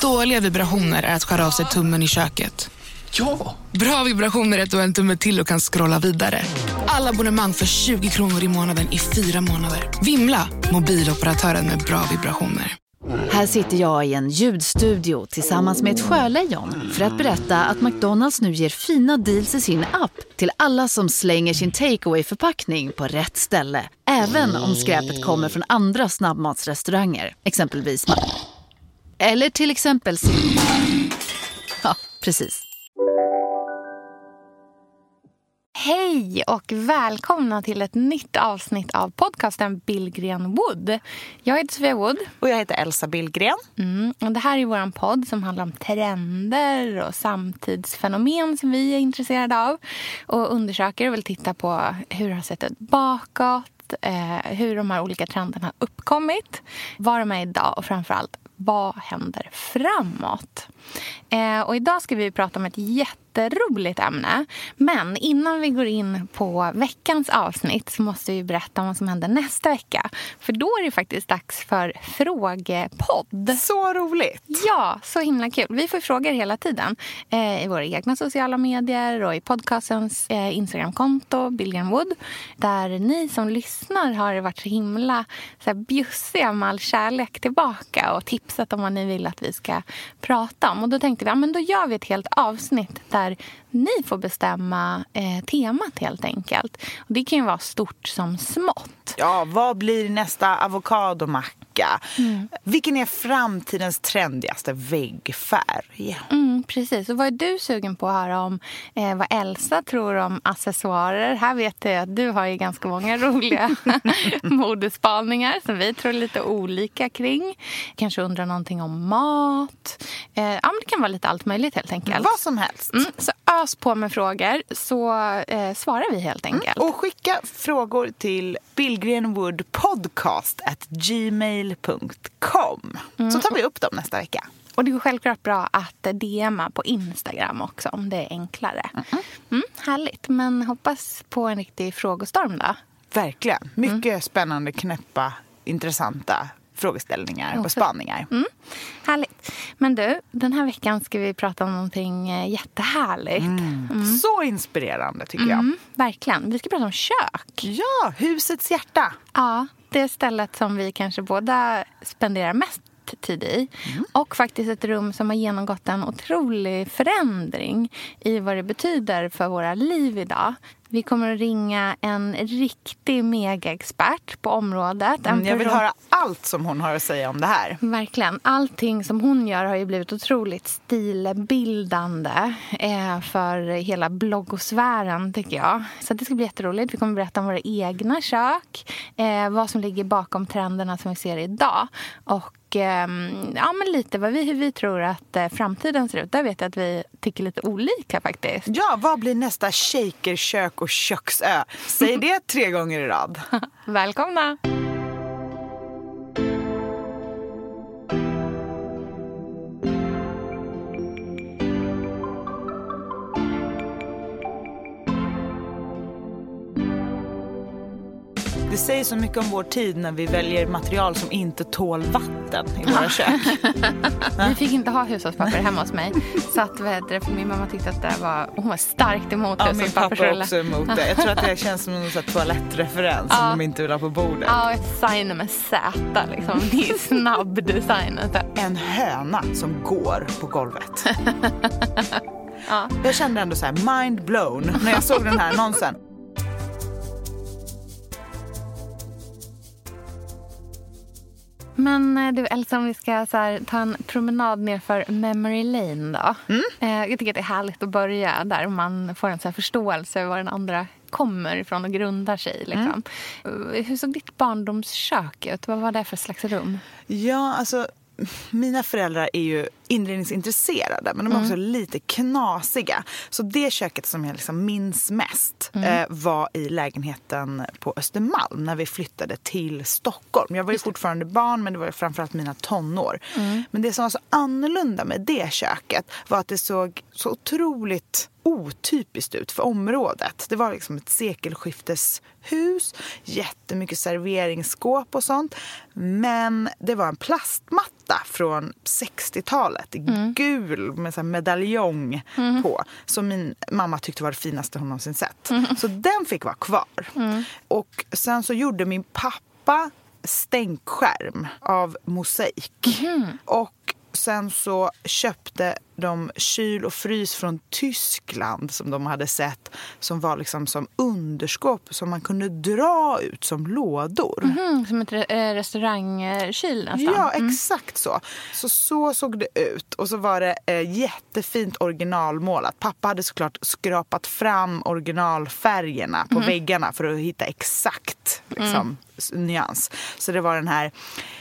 Dåliga vibrationer är att skära av sig tummen i köket. Ja! Bra vibrationer är att du har en tumme till och kan scrolla vidare. Alla abonnemang för 20 kronor i månaden i 4 månader. Vimla, mobiloperatören med bra vibrationer. Här sitter jag i en ljudstudio tillsammans med ett sjölejon för att berätta att McDonalds nu ger fina deals i sin app till alla som slänger sin takeaway-förpackning på rätt ställe. Även om skräpet kommer från andra snabbmatsrestauranger, exempelvis eller till exempel ja, precis. Hej och välkomna till ett nytt avsnitt av podcasten Billgren Wood. Jag heter Sofia Wood. Och jag heter Elsa Billgren. Och det här är vår podd som handlar om trender och samtidsfenomen som vi är intresserade av. Och undersöker och vill titta på hur det har sett ut bakåt, hur de här olika trenderna har uppkommit, vad de är idag och framförallt vad händer framåt. Och idag ska vi prata om ett jätteroligt ämne. Men innan vi går in på veckans avsnitt så måste vi berätta om vad som händer nästa vecka. För då är det faktiskt dags för frågepodd. Så roligt! Ja, så himla kul. Vi får frågor hela tiden i våra egna sociala medier och i podcastens Instagramkonto, Billgren Wood. Där ni som lyssnar har varit så himla bjussiga med all kärlek tillbaka och tipsat om vad ni vill att vi ska prata om. Och då tänkte vi, ja, men då gör vi ett helt avsnitt där ni får bestämma temat helt enkelt. Och det kan ju vara stort som smått. Ja, vad blir nästa avokadomacka? Vilken är framtidens trendigaste väggfärg? Precis, och vad är du sugen på att höra om vad Elsa tror om accessoarer? Här vet jag att du har ju ganska många roliga modespaningar som vi tror lite olika kring. Kanske undrar någonting om mat. Ja, men det kan vara lite allt möjligt helt enkelt. Vad som helst. Så ös på med frågor så svarar vi helt enkelt. Och skicka frågor till billgrenwoodpodcast@gmail.com. Så tar vi upp dem nästa vecka. Och det är självklart bra att DMa på Instagram också om det är enklare. Härligt, men hoppas på en riktig frågestorm då. Verkligen. Mycket spännande, knäppa, intressanta frågeställningar och spaningar. Härligt. Men du, den här veckan ska vi prata om någonting jättehärligt. Så inspirerande tycker jag. Verkligen. Vi ska prata om kök. Ja, husets hjärta. Ja, det stället som vi kanske båda spenderar mest tid i. Och faktiskt ett rum som har genomgått en otrolig förändring i vad det betyder för våra liv idag. Vi kommer att ringa en riktig megaexpert på området. Jag vill höra allt som hon har att säga om det här. Verkligen. Allting som hon gör har ju blivit otroligt stilbildande för hela bloggosfären tycker jag. Så det ska bli jätteroligt. Vi kommer att berätta om våra egna kök. Vad som ligger bakom trenderna som vi ser idag. Och ja, men lite hur vi tror att framtiden ser ut. Där vet jag att vi tycker lite olika faktiskt. Ja, vad blir nästa shakerkök och köksö? Säg det 3 gånger i rad. Välkomna! Det säger så mycket om vår tid när vi väljer material som inte tål vatten i våra kök. Vi fick inte ha hushållspapper hemma hos mig. Så att, för min mamma tyckte att hon var starkt emot hushållspapper. Min pappa också emot det. Jag tror att det känns som en toalettreferens som de inte vill ha på bordet. Ja, ett sign med Z liksom. Det är snabb design. En höna som går på golvet. Jag kände ändå så här mind blown när jag såg den här annonsen. Men du Elsa, om vi ska ta en promenad ner för Memory Lane då. Jag tycker att det är härligt att börja där man får en förståelse var den andra kommer ifrån och grundar sig. Liksom. Hur såg ditt barndomskök ut? Vad var det för slags rum? Ja, alltså mina föräldrar är ju inredningsintresserade, men de är också lite knasiga. Så det köket som jag liksom minns mest var i lägenheten på Östermalm när vi flyttade till Stockholm. Jag var ju fortfarande barn, men det var framförallt mina tonår. Men det som var så annorlunda med det köket var att det såg så otroligt otypiskt ut för området. Det var liksom ett sekelskifteshus, jättemycket serveringsskåp och sånt. Men det var en plastmatta från 60-talet, gul med så här medaljong på, som min mamma tyckte var det finaste hon någonsin sett. Så den fick vara kvar. Och sen så gjorde min pappa stänkskärm av mosaik. Och sen så köpte de kyl och frys från Tyskland som de hade sett, som var liksom som underskåp som man kunde dra ut som lådor. Som ett restaurangkyl nästan. Ja, exakt så. Så såg det ut. Och så var det jättefint originalmålat. Pappa hade såklart skrapat fram originalfärgerna på väggarna för att hitta exakt liksom, nyans. Så det var den här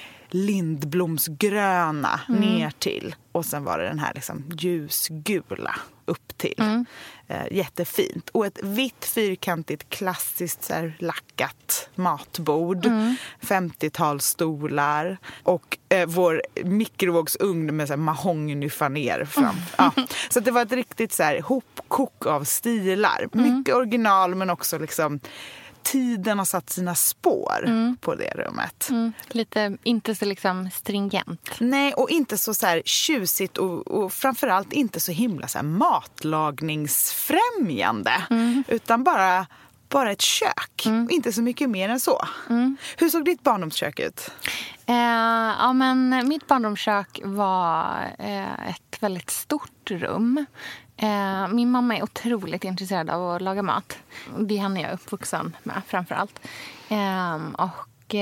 lindblomsgröna ner till, och sen var det den här liksom ljusgula upp till. Jättefint. Och ett vitt fyrkantigt klassiskt så här, lackat matbord, 50-talsstolar och vår mikrovågsugn med så här mahognyfaner fram. Ja. Så det var ett riktigt så här hopkok av stilar. Mycket original, men också liksom tiden har satt sina spår på det rummet. Lite, inte så liksom stringent. Nej, och inte så här tjusigt och framförallt inte så himla så här matlagningsfrämjande. Utan bara ett kök. Inte så mycket mer än så. Hur såg ditt barndomskök ut? Ja, men mitt barndomskök var ett väldigt stort rum. Min mamma är otroligt intresserad av att laga mat. Det är henne jag är uppvuxen med framförallt. Och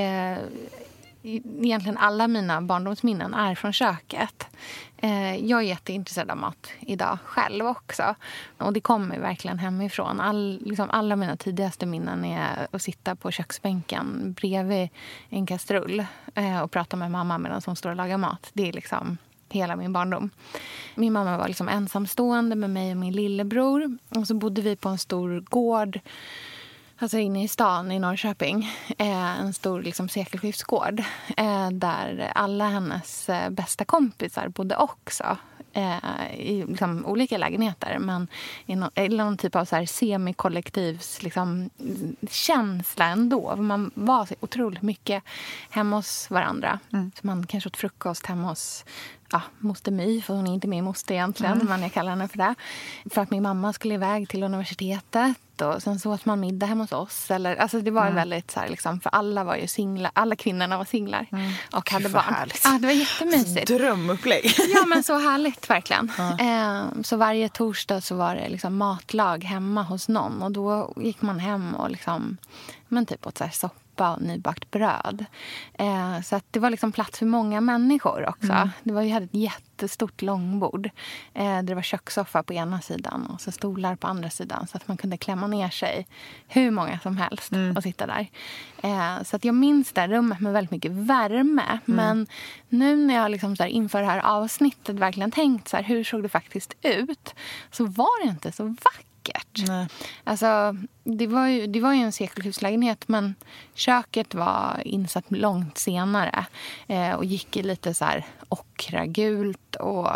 egentligen alla mina barndomsminnen är från köket. Jag är jätteintresserad av mat idag själv också. Och det kommer verkligen hemifrån. Alla mina tidigaste minnen är att sitta på köksbänken bredvid en kastrull och prata med mamma medan hon står och lagar mat. Det är liksom hela min barndom. Min mamma var liksom ensamstående med mig och min lillebror. Och så bodde vi på en stor gård, alltså inne i stan i Norrköping. En stor liksom sekelskiftsgård. Där alla hennes bästa kompisar bodde också. I liksom olika lägenheter, men i någon typ av så här semikollektivs liksom, känsla ändå. Man var så otroligt mycket hemma hos varandra. Så man kanske åt frukost hemma hos moster My, för hon är inte min moster egentligen, men jag kallar henne för det. För att min mamma skulle iväg till universitetet, och sen så åt man middag hemma hos oss. Alltså det var väldigt så här, liksom, för alla var ju singlar, alla kvinnorna var singlar och hade barn. Det var jättemysigt. Drömupplägg. Ja, men så härligt verkligen. Så varje torsdag så var det liksom matlag hemma hos någon, och då gick man hem och liksom, men typ åt så här soppa och nybakt bröd. Så att det var liksom plats för många människor också. Vi hade ett jättestort långbord. Där det var kökssoffa på ena sidan och så stolar på andra sidan. Så att man kunde klämma ner sig hur många som helst och sitta där. Så att jag minns det rummet med väldigt mycket värme. Men nu när jag liksom så här inför det här avsnittet verkligen tänkt så här, hur såg det faktiskt ut? Så var det inte så vackert. Nej. Alltså, det var ju en sekelskiftslägenhet, men köket var insatt långt senare och gick i lite så här ockragult och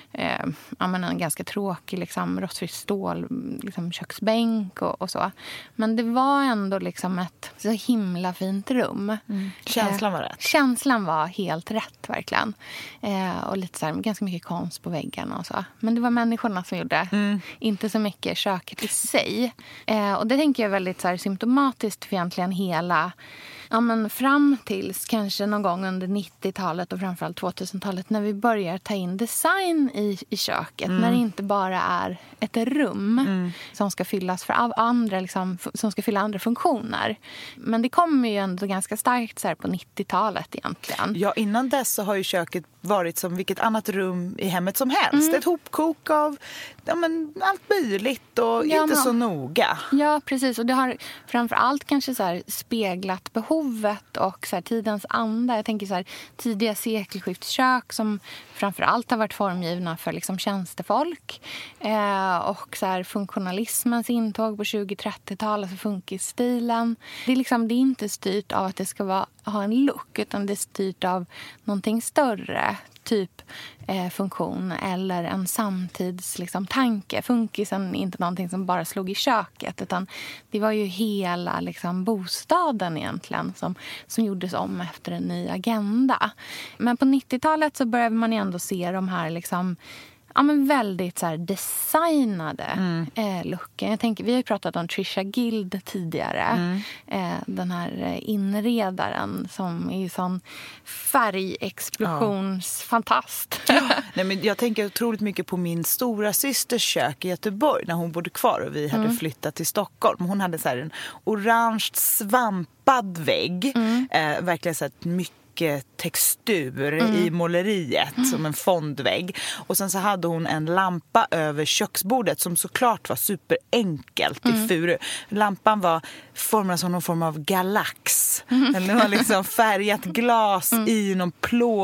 en ganska tråkig liksom, rostfritt stål liksom, köksbänk och så. Men det var ändå liksom ett så himla fint rum. Känslan var rätt. Känslan var helt rätt, verkligen. Och lite så här, ganska mycket konst på väggarna och så. Men det var människorna som gjorde, inte så mycket köket i sig. Och det tänker jag är väldigt så här, symptomatiskt för egentligen hela, fram tills kanske någon gång under 90-talet och framförallt 2000-talet, när vi börjar ta in design i köket. När det inte bara är ett rum som ska fyllas av andra, liksom, som ska fylla andra funktioner. Men det kommer ju ändå ganska starkt så här på 90-talet egentligen. Ja, innan dess så har ju köket varit som vilket annat rum i hemmet som helst. Ett hopkok av allt möjligt och inte så noga. Ja, precis. Och det har framförallt kanske så här speglat behovet och så här tidens anda. Jag tänker så här tidiga sekelskiftskök som framförallt har varit formgivna för liksom tjänstefolk. Och så här funktionalismens intåg på 20-30-talet, alltså funkisstilen. Det är inte styrt av att det ska ha en look, utan det är styrt av någonting större. typ funktion eller en samtids liksom, tanke. Funkisen är inte någonting som bara slog i köket, utan det var ju hela liksom, bostaden egentligen som gjordes om efter en ny agenda. Men på 90-talet så började man ju ändå se de här liksom, men väldigt så här designade looken. Jag tänker, vi har ju pratat om Trisha Guild tidigare. Den här inredaren som är ju sån färgexplosionsfantast. Nej, men jag tänker otroligt mycket på min stora systers kök i Göteborg när hon bodde kvar och vi hade flyttat till Stockholm. Hon hade så här en orange svampad vägg. Verkligen så här mycket textur i måleriet som en fondvägg. Och sen så hade hon en lampa över köksbordet som såklart var superenkelt i furu. Lampan var formad som någon form av galax. Den var liksom färgat glas i någon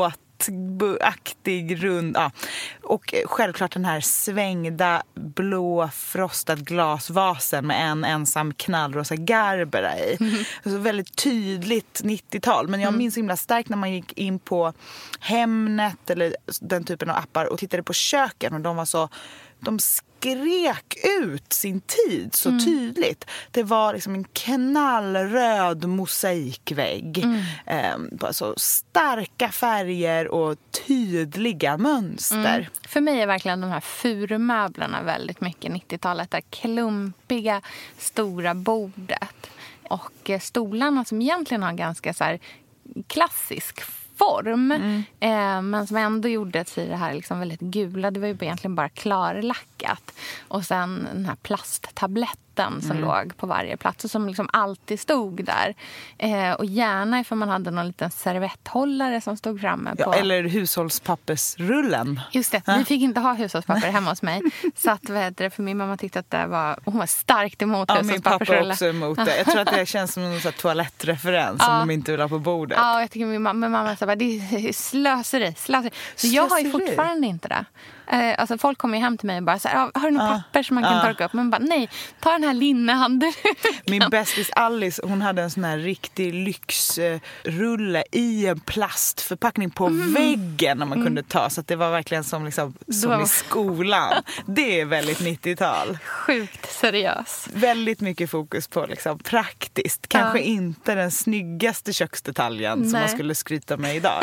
plåtaktig rund. Ja. Och självklart den här svängda blå frostad glasvasen med en ensam knallrosa Gerbera i. Så väldigt tydligt 90-tal. Men jag minns himla starkt när man gick in på Hemnet eller den typen av appar och tittade på köken och de skrek ut sin tid så tydligt. Det var liksom en knallröd mosaikvägg. Alltså starka färger och tydliga mönster. För mig är verkligen de här furumöblerna väldigt mycket 90-talet. Det klumpiga, stora bordet. Och stolarna som egentligen har ganska så här klassisk form. Men som ändå gjorde till det här liksom väldigt gula. Det var ju egentligen bara klarlackat. Och sen den här plasttabletten som låg på varje plats och som liksom alltid stod där. Och gärna ifall man hade någon liten servetthållare som stod framme på... Ja, eller hushållspappersrullen. Just det, vi fick inte ha hushållspapper hemma hos mig. Så att, för min mamma tyckte att det var... Hon var starkt emot hushållspappersrulle. Min pappa också emot det. Jag tror att det känns som en toalettreferens som de inte vill ha på bordet. Ja, jag tycker min mamma sa bara, det är slöseri. Så jag har ju fortfarande inte det. Alltså folk kommer ju hem till mig och bara så här, har du något papper som man kan torka upp? Men bara, nej, ta den här linnehandduken. Min bästis Alice, hon hade en sån här riktig lyxrulle i en plastförpackning på väggen när man kunde ta. Så att det var verkligen som i skolan. Det är väldigt 90-tal. Sjukt seriös. Väldigt mycket fokus på liksom praktiskt. Kanske inte den snyggaste köksdetaljen som man skulle skryta med idag.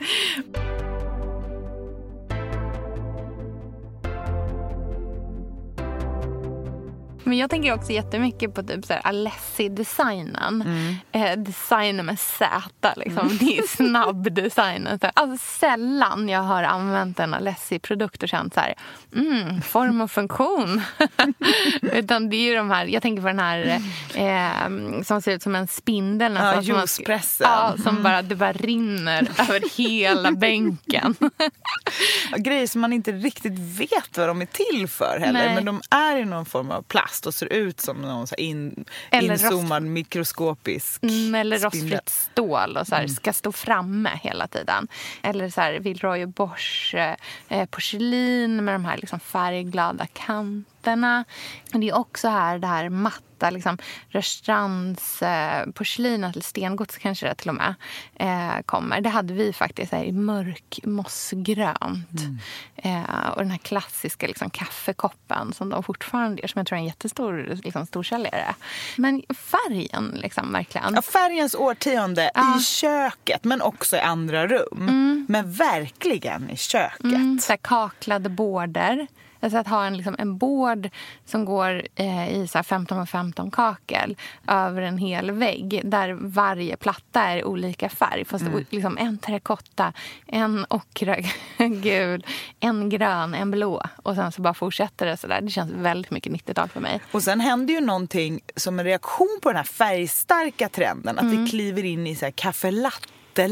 Men jag tänker också jättemycket på typ så här Alessi-designen. Designen med Z, liksom. Det är snabb design. Alltså sällan jag har använt en Alessi-produkt och känt så här, form och funktion. Utan det är ju de här, jag tänker på den här som ser ut som en spindel. Ja, juicepressen. Ja, som det bara rinner över hela bänken. Grejer som man inte riktigt vet vad de är till för heller. Nej. Men de är i någon form av plast och ser ut som någon så inzoomad mikroskopisk eller rostfritt stål och så här, ska stå framme hela tiden. Eller så här Villeroy Bosch porslin med de här liksom färgglada kanterna. Och det är också här det här matta liksom Rörstrands porslin eller stengods kanske det till och med kommer. Det hade vi faktiskt här i mörk mossgrönt. Och den här klassiska liksom kaffekoppen som de fortfarande gör, som jag tror är en jättestor liksom, storsäljare. Men färgen liksom verkligen. Ja, färgens årtionde i köket men också i andra rum. Men verkligen i köket. Så här kaklade border. Alltså att ha en bord som går i så här 15x15 kakel över en hel vägg där varje platta är olika färg. Fast liksom en terrakotta, en ockra gul, en grön, en blå. Och sen så bara fortsätter det så där. Det känns väldigt mycket 90-tal för mig. Och sen händer ju någonting som en reaktion på den här färgstarka trenden. Att vi kliver in i så här kaffelatte.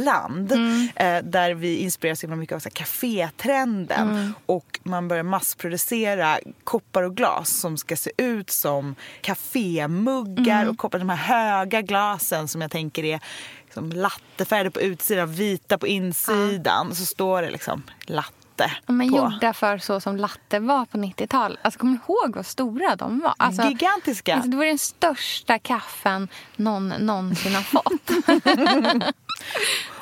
Där vi inspireras av mycket av så här kafétrenden och man börjar massproducera koppar och glas som ska se ut som kafémuggar och koppar, de här höga glasen som jag tänker är liksom lattefärger på utsidan, vita på insidan, så står det liksom latte. Men gjorda för så som latte var på 90-tal. Alltså kommer du ihåg vad stora de var? Alltså, gigantiska. Alltså, det var den största kaffen någon någonsin har fått.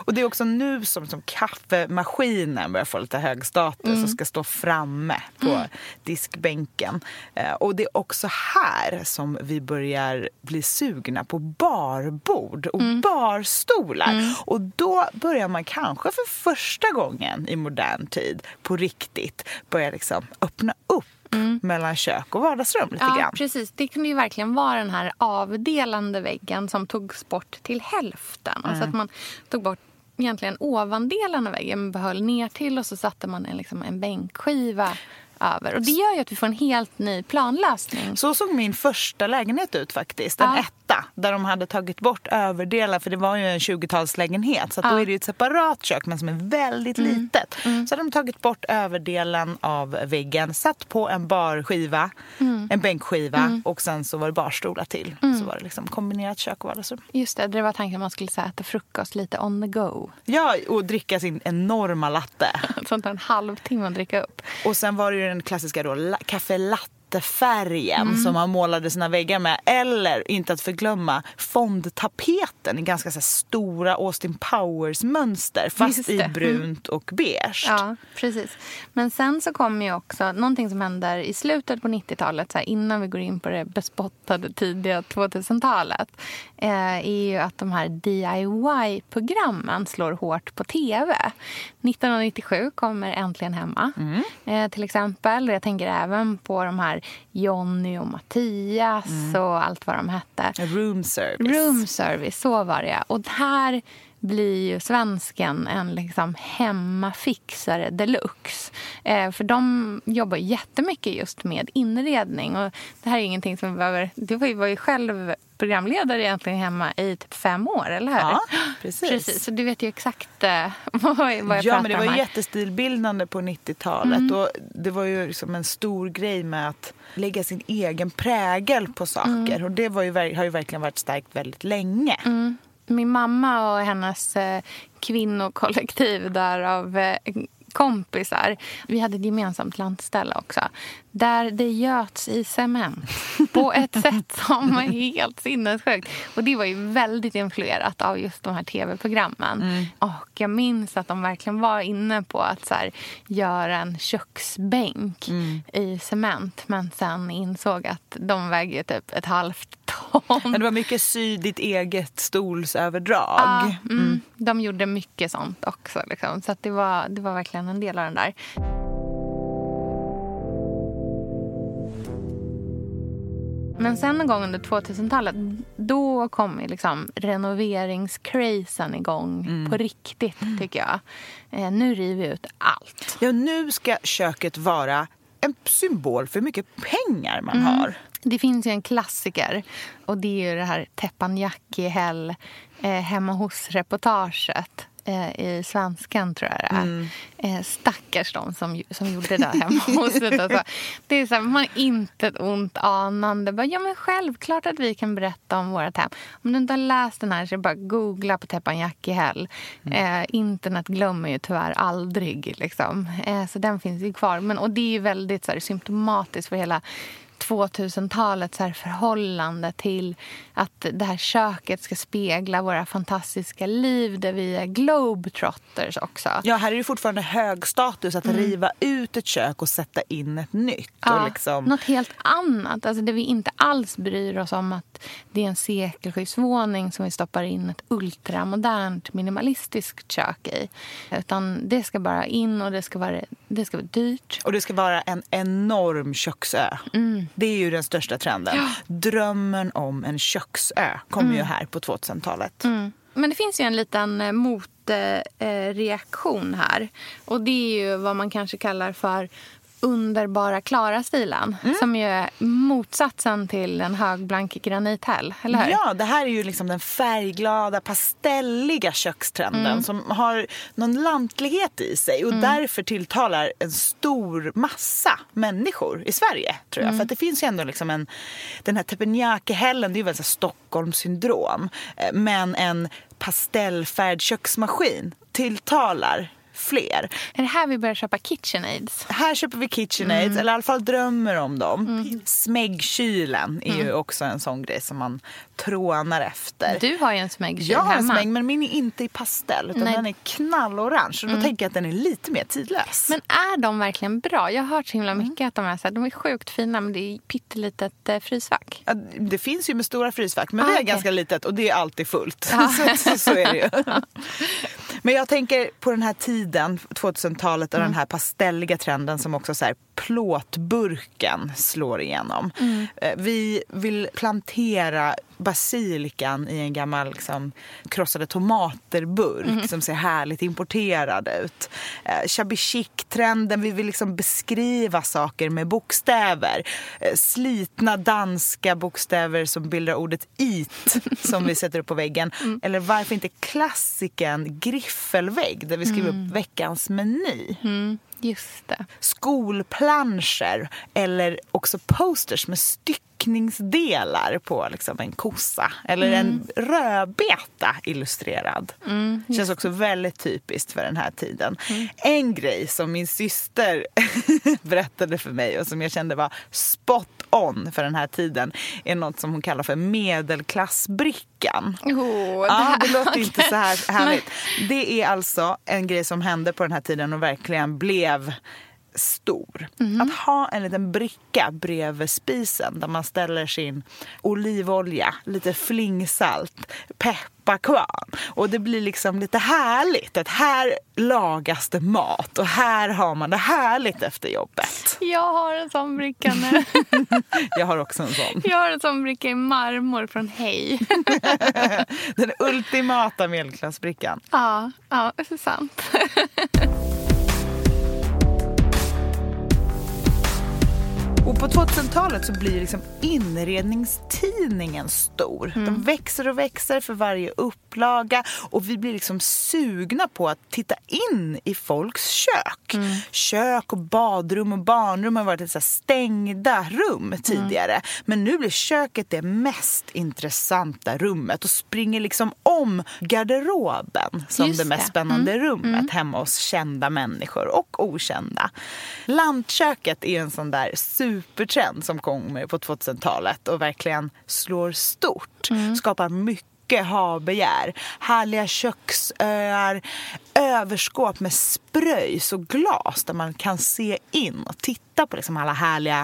Och det är också nu som kaffemaskinen börjar få lite hög status och ska stå framme på diskbänken. Och det är också här som vi börjar bli sugna på barbord och barstolar. Och då börjar man kanske för första gången i modern tid på riktigt börja liksom öppna upp mellan kök och vardagsrum lite grann. Ja, precis. Det kunde ju verkligen vara den här avdelande väggen som togs bort till hälften. Alltså att man tog bort egentligen ovandelen av väggen, behöll ner till och så satte man en bänkskiva över. Och det gör ju att vi får en helt ny planlösning. Så såg min första lägenhet ut faktiskt. En etta där de hade tagit bort överdelar, för det var ju en 20-talslägenhet. Så att då är det ju ett separat kök men som är väldigt litet. Så hade de tagit bort överdelen av väggen, satt på en barskiva, en bänkskiva och sen så var det barstolar till. Så var det liksom kombinerat kök och vardagsrum. Just det var tanken att man skulle äta frukost lite on the go. Ja, och dricka sin enorma latte. Sånt en halvtimme att dricka upp. Och sen var det ju den klassiska då, kaffe latte-färgen som man målade sina väggar med. Eller, inte att förglömma, fondtapeten i ganska så här stora Austin Powers-mönster. Fast i brunt och beige. Ja, precis. Men sen så kommer ju också någonting som händer i slutet på 90-talet, så här, innan vi går in på det bespottade tidiga 2000-talet, är ju att de här DIY-programmen slår hårt på tv. 1997 kommer Äntligen hemma, till exempel. Och jag tänker även på de här Jonny och Mattias och allt vad de hette. Room service, så var det. Och här blir ju svensken en liksom hemmafixare deluxe. För de jobbar jättemycket just med inredning. Och det här är ingenting som vi behöver... Du var ju själv programledare egentligen hemma i typ 5 år, eller hur? Ja, precis. Så du vet ju exakt vad jag pratar om. Ja, men det var ju jättestilbildande på 90-talet. Och det var ju liksom en stor grej med att lägga sin egen prägel på saker. Och det var ju, har ju verkligen varit starkt väldigt länge. Min mamma och hennes kvinnokollektiv där av kompisar. Vi hade ett gemensamt landställe också. Där det göts i cement på ett sätt som var helt sinnessjukt. Och det var ju väldigt influerat av just de här tv-programmen. Och jag minns att de verkligen var inne på att så här, göra en köksbänk i cement. Men sen insåg att de väger typ ett halvt ton. Men det var mycket sy ditt eget stolsöverdrag. De gjorde mycket sånt också. Liksom. Så att det var verkligen en del av den där. Men sen någon gång under 2000-talet, då kom liksom renoveringscrazen igång på riktigt, tycker jag. Nu river vi ut allt. Ja, nu ska köket vara en symbol för hur mycket pengar man har. Det finns ju en klassiker, och det är ju det här Teppanyaki-Häll hemma hos-reportaget. I Svenskan, tror jag det är. Stackars de som gjorde det där hemma hos det. Alltså, det är så här, man är inte ett ont anande. Bara, ja, men självklart att vi kan berätta om vårat hem. Om du inte har läst den här så bara googla på Teppanyaki-Häll. Internet glömmer ju tyvärr aldrig. Liksom. Så den finns ju kvar. Och det är ju väldigt så här, symptomatiskt för hela 2000-talets förhållande till att det här köket ska spegla våra fantastiska liv där vi är globetrotters också. Ja, här är det fortfarande hög status att riva ut ett kök och sätta in ett nytt. Ja, och liksom... något helt annat. Alltså det vi inte alls bryr oss om att det är en sekelskyddsvåning som vi stoppar in ett ultramodernt minimalistiskt kök i. Utan det ska bara in och det ska vara dyrt. Och det ska vara en enorm köksö. Det är ju den största trenden. Ja. Drömmen om en köksö kommer ju här på 2000-talet. Men det finns ju en liten motreaktion här. Och det är ju vad man kanske kallar för underbara Klara-stilen. Som ju är motsatsen till en högblank granithäll, eller hur? Ja, det här är ju liksom den färgglada, pastelliga kökstrenden som har någon lantlighet i sig och därför tilltalar en stor massa människor i Sverige, tror jag. För att det finns ju ändå liksom den här Teppanyaki-hällen, det är ju väl så Stockholmssyndrom, men en pastellfärd köksmaskin tilltalar fler. Är det här vi börjar köpa KitchenAids? Här köper vi KitchenAids, eller i alla fall drömmer om dem. Smäggkylen är ju också en sån grej som man trånar efter. Du har ju en smäggkyl hemma. Jag har en hemma. smägg, men min är inte i pastell, utan den är knallorange. Så då tänker jag att den är lite mer tidlös. Men är de verkligen bra? Jag har hört så himla mycket att de är sjukt fina, men det är pyttelitet frysfack. Ja, det finns ju med stora frysfack, men det är ganska litet och det är alltid fullt. Så är det ju. Men jag tänker på den här tiden, 2000-talet, och den här pastelliga trenden som också så här plåtburken slår igenom. Vi vill plantera basilikan i en gammal liksom, krossade tomaterburk som ser härligt importerad ut. Shabby chic-trenden, vi vill liksom beskriva saker med bokstäver. Slitna danska bokstäver som bildar ordet eat som vi sätter upp på väggen. Eller varför inte klassiken griffelvägg där vi skriver upp veckans meny. Just det. Skolplanscher eller också posters med styckningsdelar på liksom en kossa eller en rödbeta illustrerad. Känns också väldigt typiskt för den här tiden. En grej som min syster berättade för mig och som jag kände var spot on för den här tiden är något som hon kallar för medelklassbrickan. Det låter inte så här härligt. Det är alltså en grej som hände på den här tiden och verkligen blev stor. Att ha en liten bricka bredvid spisen där man ställer sin olivolja, lite flingsalt, pepparkvarn. Och det blir liksom lite härligt. Att här lagas det mat och här har man det härligt efter jobbet. Jag har en sån bricka nu. Jag har också en sån. Jag har en sån bricka i marmor från Hej. Den ultimata medelklassbrickan. Ja, det är sant. Och på 2000-talet så blir liksom inredningstidningen stor. De växer och växer för varje upplaga och vi blir liksom sugna på att titta in i folks kök. Kök och badrum och barnrum har varit ett så här stängda rum tidigare. Men nu blir köket det mest intressanta rummet och springer liksom om garderoben som Just det mest spännande rummet hemma hos kända människor och okända. Lantköket är en sån där supertrend som kommer på 2000-talet och verkligen slår stort. Skapar mycket habegär. Härliga köksöar, överskåp med spröjs och glas där man kan se in och titta på liksom alla härliga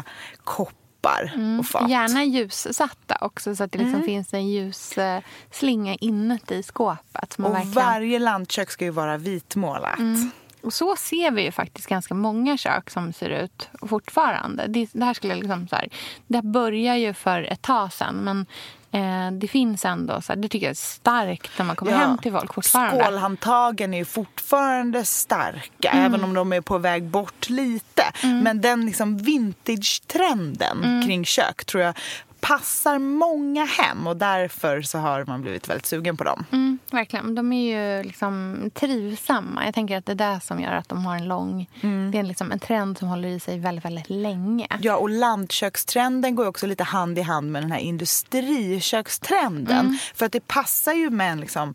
koppar och fat. Gärna ljussatta också så att det liksom finns en ljusslinga inuti skåpet. Och varje lantkök ska ju vara vitmålat. Och så ser vi ju faktiskt ganska många kök som ser ut fortfarande. Det här skulle liksom så här, det börjar ju för ett tag sedan, men det finns ändå så här, det tycker jag är starkt när man kommer hem till folk fortfarande. Skålhandtagen är ju fortfarande starka även om de är på väg bort lite. Men den liksom vintage-trenden kring kök tror jag passar många hem och därför så har man blivit väldigt sugen på dem. Verkligen. De är ju liksom trivsamma. Jag tänker att det är det som gör att de har en lång... Det är liksom en trend som håller i sig väldigt, väldigt länge. Ja, och landkökstrenden går också lite hand i hand med den här industrikökstrenden. För att det passar ju med en liksom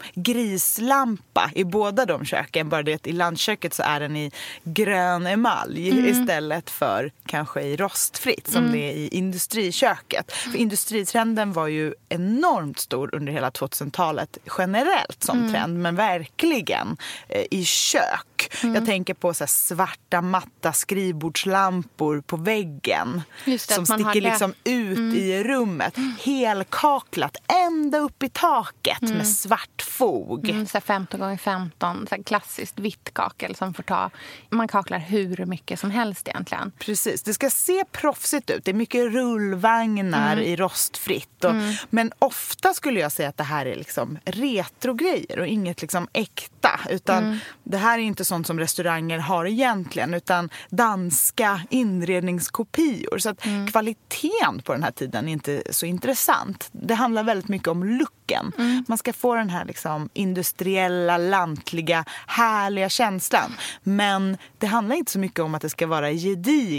grislampa i båda de köken. Bara det att i landköket så är den i grön emalj istället för kanske i rostfritt som det är i industriköket. För industritrenden var ju enormt stor under hela 2000-talet generellt som trend, men verkligen i kök. Jag tänker på så här svarta matta skrivbordslampor på väggen som sticker liksom ut i rummet. Helkaklat ända upp i taket med svart fog. Så 15x15, så klassiskt vitt kakel som får ta... Man kaklar hur mycket som helst egentligen. Precis, det ska se proffsigt ut. Det är mycket rullvagnar i rostfritt. Men ofta skulle jag säga att det här är liksom retrogrejer och inget liksom äkta. Utan det här är inte sånt som restauranger har egentligen, utan danska inredningskopior. Så att kvaliteten på den här tiden är inte så intressant. Det handlar väldigt mycket om looken. Man ska få den här liksom industriella, lantliga, härliga känslan. Men det handlar inte så mycket om att det ska vara gediget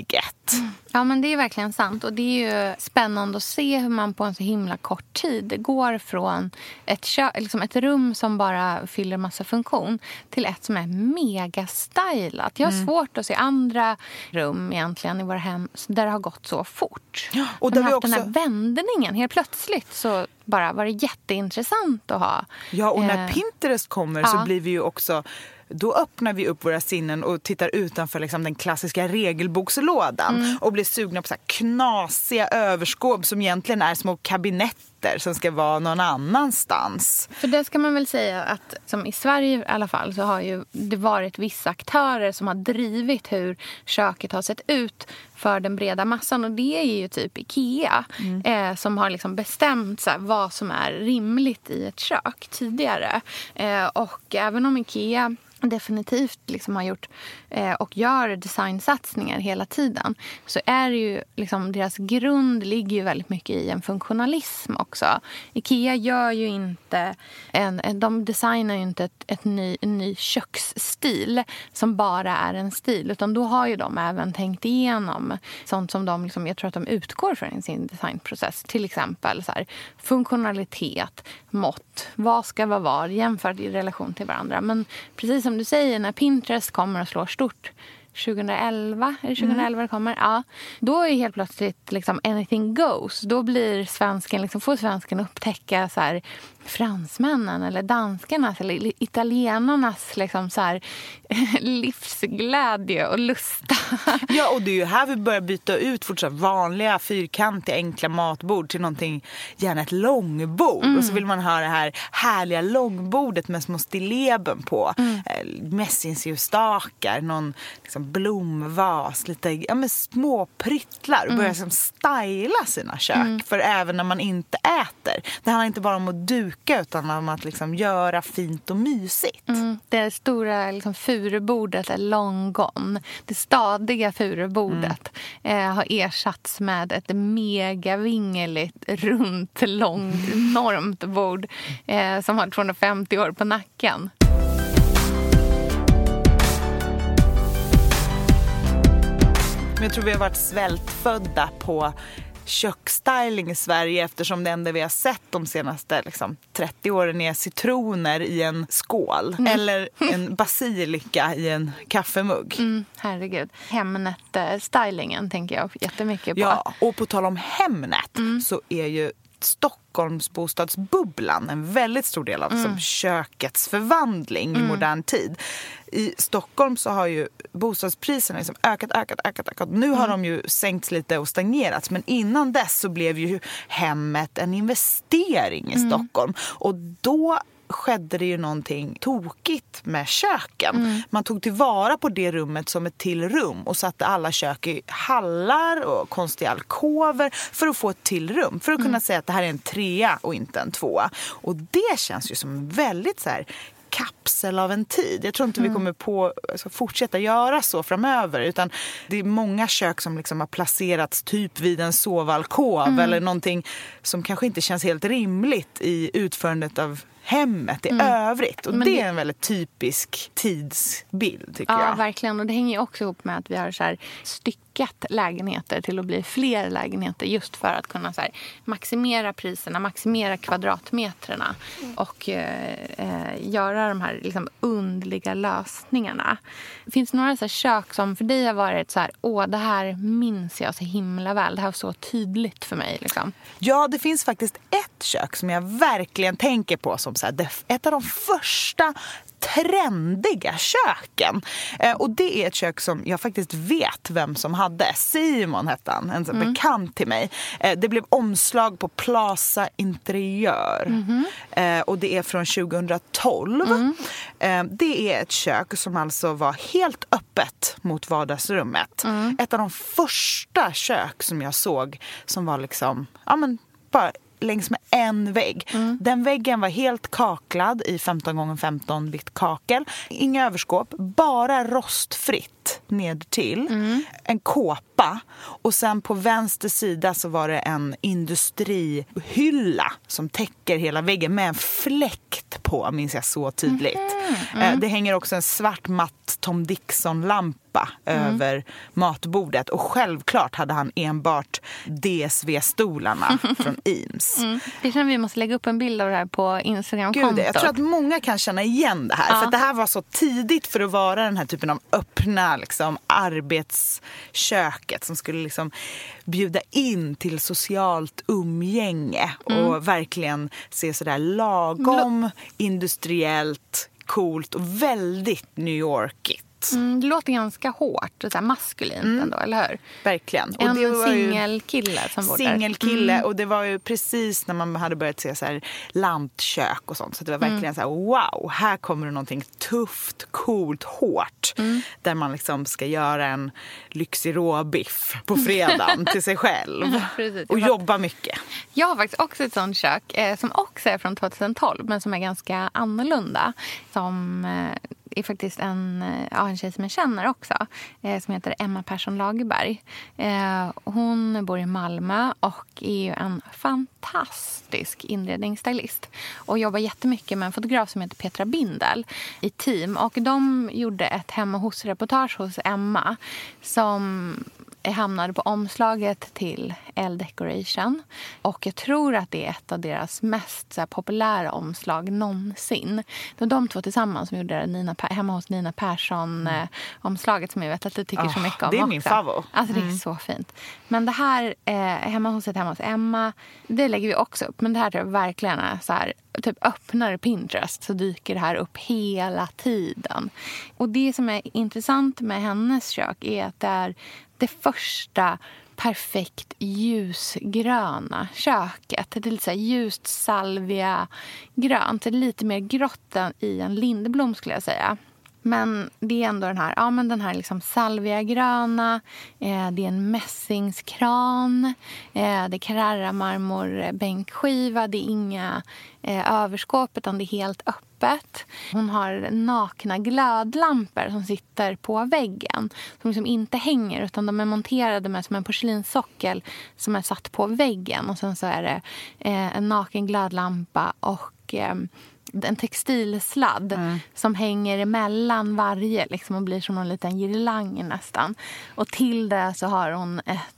Ja, men det är verkligen sant. Och det är ju spännande att se hur man på en så himla kort tid går från ett rum som bara fyller massa funktion till ett som är mega stylat. Jag har svårt att se andra rum egentligen i våra hem där det har gått så fort. Ja, och där vi också... den här vändningen, helt plötsligt så bara var det jätteintressant att ha. Ja, och när Pinterest kommer så blir vi ju också... Då öppnar vi upp våra sinnen och tittar utanför liksom den klassiska regelbokslådan och blir sugna på så här knasiga överskåp som egentligen är små kabinetter som ska vara någon annanstans. För det ska man väl säga att som i Sverige i alla fall så har ju det varit vissa aktörer som har drivit hur köket har sett ut för den breda massan, och det är ju typ IKEA som har liksom bestämt så här, vad som är rimligt i ett kök tidigare. Och även om IKEA definitivt liksom har gjort och gör designsatsningar hela tiden, så är det ju liksom, deras grund ligger ju väldigt mycket i en funktionalism också. IKEA gör ju inte de designar ju inte en ny köksstil som bara är en stil, utan då har ju de även tänkt igenom sånt som de liksom, jag tror att de utgår från i sin designprocess, till exempel så här, funktionalitet, mått, vad ska vara var jämfört i relation till varandra. Men precis som du säger, när Pinterest kommer att slå stort 2011, är det 2011 det kommer? Ja. Då är helt plötsligt liksom anything goes. Då blir svensken, liksom, får svensken upptäcka så här, fransmännen eller danskarnas eller italienarnas liksom, så här, livsglädje och lusta. Ja, och det är ju här vi börjar byta ut fortsatt vanliga, fyrkantiga, enkla matbord till någonting, gärna ett långbord. Och så vill man ha det här härliga långbordet med små stilleben på. Mässingsljusstakar, någon liksom, blomvas, lite små pryttlar och börja liksom, styla sina kök. För även när man inte äter. Det handlar inte bara om att duka utan om att liksom, göra fint och mysigt. Det stora liksom, furubordet är long gone. Det stadiga furubordet har ersatts med ett megavingeligt, runt, långt, enormt bord som har 250 år på nacken. Jag tror vi har varit svältfödda på köksstyling i Sverige, eftersom det enda vi har sett de senaste 30 åren är citroner i en skål eller en basilika i en kaffemugg. Herregud. Hemnet-stylingen tänker jag jättemycket på. Ja, och på tal om Hemnet så är ju Stockholms bostadsbubblan en väldigt stor del av kökets förvandling i modern tid. I Stockholm så har ju bostadspriserna liksom ökat. Nu har de ju sänkts lite och stagnerats, men innan dess så blev ju hemmet en investering i Stockholm. Och då skedde det ju någonting tokigt med köken. Man tog tillvara på det rummet som ett till rum och satte alla kök i hallar och konstiga alkover för att få ett till rum. För att kunna säga att det här är en 3 och inte en 2. Och det känns ju som väldigt så här kapsel av en tid. Jag tror inte vi kommer på fortsätta göra så framöver, utan det är många kök som liksom har placerats typ vid en sovalkov eller någonting som kanske inte känns helt rimligt i utförandet av hemmet i övrigt. Och det är en väldigt typisk tidsbild, tycker jag. Ja, verkligen. Och det hänger ju också ihop med att vi har så här styckat lägenheter till att bli fler lägenheter, just för att kunna så här maximera priserna, maximera kvadratmetrarna och göra de här liksom underliga lösningarna. Finns det några så här kök som för dig har varit så här, det här minns jag så himla väl, det här var så tydligt för mig liksom? Ja, det finns faktiskt ett kök som jag verkligen tänker på som så här, ett av de första trendiga köken. Och det är ett kök som jag faktiskt vet vem som hade. Simon hette han, en så bekant till mig. Det blev omslag på Plaza Interiör. Och det är från 2012. Det är ett kök som alltså var helt öppet mot vardagsrummet. Ett av de första kök som jag såg som var liksom, bara längs med en vägg. Den väggen var helt kaklad i 15x15 vitt kakel. Inga överskåp, bara rostfritt ned till. En kåpa. Och sen på vänster sida så var det en industrihylla som täcker hela väggen med en fläkt på, minns jag så tydligt. Det hänger också en svart matt Tom Dixon-lampa över matbordet. Och självklart hade han enbart DSV-stolarna från Eames. Det känner vi måste lägga upp en bild av det här på Instagram-kontot. Gud, jag tror att många kan känna igen det här. För att det här var så tidigt för att vara den här typen av öppna liksom, arbetsköket som skulle liksom, bjuda in till socialt umgänge och verkligen se sådär lagom, industriellt, coolt och väldigt New Yorkigt. Det låter ganska hårt och så här maskulint ändå, eller hur? Verkligen. Och det var singelkille som bodde där. Singelkille, och det var ju precis när man hade börjat se så här lantkök och sånt. Så det var verkligen så här, wow, här kommer det någonting tufft, coolt, hårt. Där man liksom ska göra en lyxig råbiff på fredagen till sig själv. Precis. Och jobba mycket. Jag har faktiskt också ett sånt kök som också är från 2012 men som är ganska annorlunda. Som är faktiskt en tjej som jag känner också som heter Emma Persson Lagerberg. Hon bor i Malmö och är ju en fantastisk inredningsstylist och jobbar jättemycket med en fotograf som heter Petra Bindel i team. Och de gjorde ett hemma hos-reportage hos Emma som hamnade på omslaget till Elle Decoration. Och jag tror att det är ett av deras mest så här, populära omslag någonsin. Det var de två tillsammans som gjorde det hemma hos Nina Persson-omslaget som jag vet att du tycker så mycket om. Det är också. min favorit. Alltså det är så fint. Men det här hemma hos Emma, det lägger vi också upp. Men det här tror jag verkligen är så här, typ öppnar Pinterest så dyker det här upp hela tiden. Och det som är intressant med hennes kök är att det är det första perfekt ljusgröna köket. Det är lite så här ljust salvia grönt. Det är lite mer grått än i en lindeblom skulle jag säga. Men det är ändå den här liksom salviagröna, det är en mässingskran, det är Carrara-marmorbänkskiva, det är inga överskåp utan det är helt öppet. Hon har nakna glödlampor som sitter på väggen som liksom inte hänger utan de är monterade med som en porslinssockel som är satt på väggen och sen så är det en naken glödlampa och en textilsladd som hänger emellan varje liksom, och blir som en liten girlang nästan. Och till det så har hon ett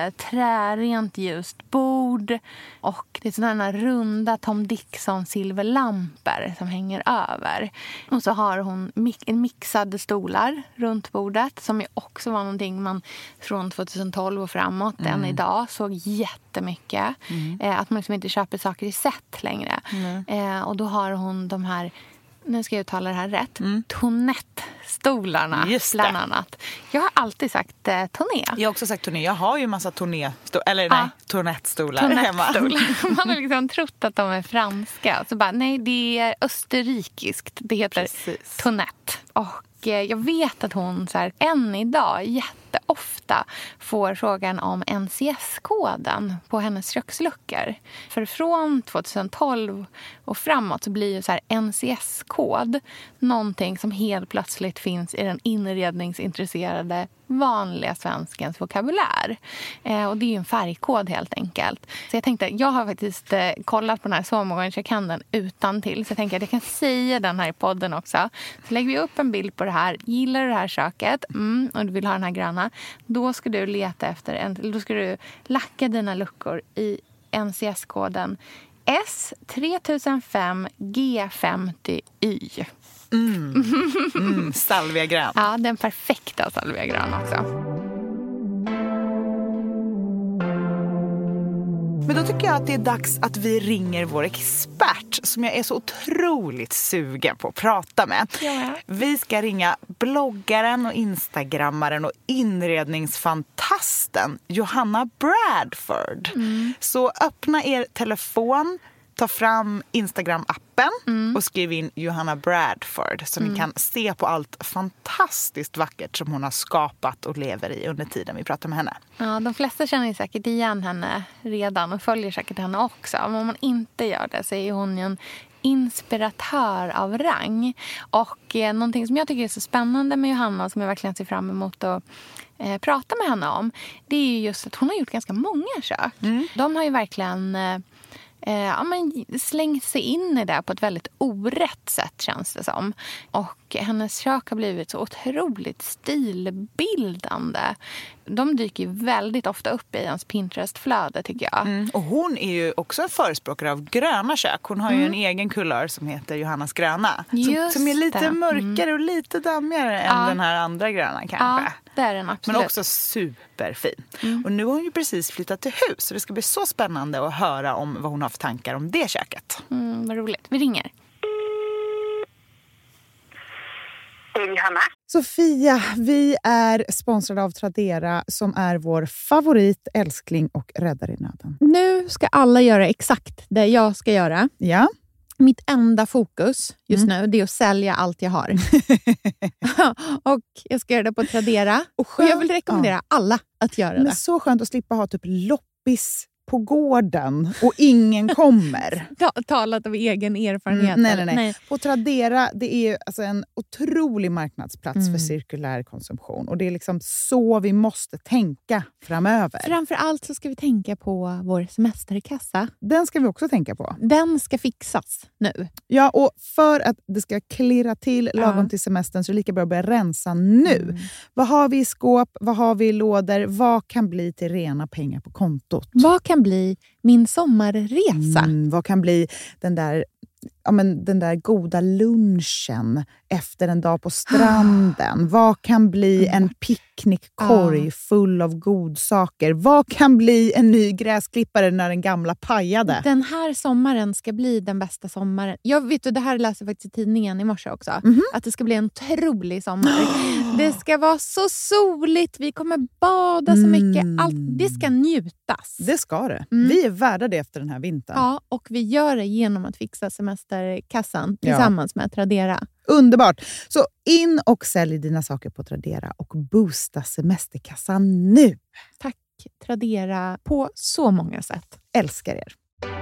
trärent ljust bord och det är sådana runda Tom Dixon silverlampor som hänger över. Och så har hon mixade stolar runt bordet som ju också var någonting man från 2012 och framåt än idag såg jättemycket. Att man liksom inte köper saker i set längre. Och då har hon de här, nu ska jag uttala det här rätt, Tonett-stolarna bland annat. Jag har alltid sagt Toné. Jag har också sagt Toné. Jag har ju en massa Tonett-stolar hemma. Man har liksom trott att de är franska. Så bara, nej, det är österrikiskt. Det heter Tonett. Och jag vet att hon så här, än idag jätteofta får frågan om NCS-koden på hennes köksluckor. För från 2012 och framåt så blir ju så här NCS-kod någonting som helt plötsligt finns i den inredningsintresserade vanliga svenskens vokabulär. Och det är ju en färgkod helt enkelt. Så jag tänkte, jag har faktiskt kollat på den här så många gånger så jag kan den utan till. Så jag tänker att jag kan säga den här i podden också. Så lägger vi upp en bild på det här. Gillar du det här köket och du vill ha den här gröna, då ska du leta efter då ska du lacka dina luckor i NCS-koden S3005G50Y. Salviagrön. Ja, den perfekta salviagrön också. Men då tycker jag att det är dags att vi ringer vår expert som jag är så otroligt sugen på att prata med. Ja. Vi ska ringa bloggaren och instagrammaren och inredningsfantasten Johanna Bradford. Så öppna er telefon, ta fram Instagram-appen och skriv in Johanna Bradford så ni kan se på allt fantastiskt vackert som hon har skapat och lever i under tiden vi pratar med henne. Ja, de flesta känner ju säkert igen henne redan och följer säkert henne också. Men om man inte gör det så är hon ju en inspiratör av rang. Och någonting som jag tycker är så spännande med Johanna och som jag verkligen ser fram emot att prata med henne om, det är ju just att hon har gjort ganska många kök. De har ju verkligen slängt sig in i det på ett väldigt orätt sätt, känns det som. Och hennes kök har blivit så otroligt stilbildande. De dyker ju väldigt ofta upp i ens Pinterest-flöde, tycker jag. Och hon är ju också en förespråkare av gröna kök. Hon har ju en egen kulör som heter Johannas gröna. Som är lite mörkare och lite dammigare än den här andra gröna kanske. Ja, det är den absolut. Men också superfin. Och nu har hon ju precis flyttat till hus. Så det ska bli så spännande att höra om vad hon har för tankar om det köket. Vad roligt. Vi ringer. Johanna. Sofia, vi är sponsrade av Tradera som är vår favorit, älskling och räddare i nöden. Nu ska alla göra exakt det jag ska göra. Ja. Mitt enda fokus just nu det är att sälja allt jag har. Och jag ska göra det på Tradera. Och jag vill rekommendera alla att göra det. Men så skönt att slippa ha typ loppis på gården och ingen kommer. Talat av egen erfarenhet. Nej. På Tradera, det är ju alltså en otrolig marknadsplats för cirkulär konsumtion. Och det är liksom så vi måste tänka framöver. Framförallt så ska vi tänka på vår semesterkassa. Den ska vi också tänka på. Den ska fixas nu. Ja, och för att det ska klirra till lagom till semestern så är det lika bra att börja rensa nu. Vad har vi i skåp? Vad har vi i lådor? Vad kan bli till rena pengar på kontot? Vad kan bli min sommarresa? Vad kan bli den där goda lunchen efter en dag på stranden? Vad kan bli en picknickkorg full av godsaker? Vad kan bli en ny gräsklippare när den gamla pajade? Den här sommaren ska bli den bästa sommaren. Jag vet, och det här läser jag faktiskt i tidningen i morse också. Att det ska bli en otrolig sommar. Det ska vara så soligt. Vi kommer bada så mycket. Allt, det ska njutas. Det ska det. Vi är värda det efter den här vintern. Ja, och vi gör det genom att fixa semesterkassan tillsammans med Tradera. Underbart! Så in och sälj dina saker på Tradera och boosta semesterkassan nu. Tack Tradera på så många sätt. Älskar er.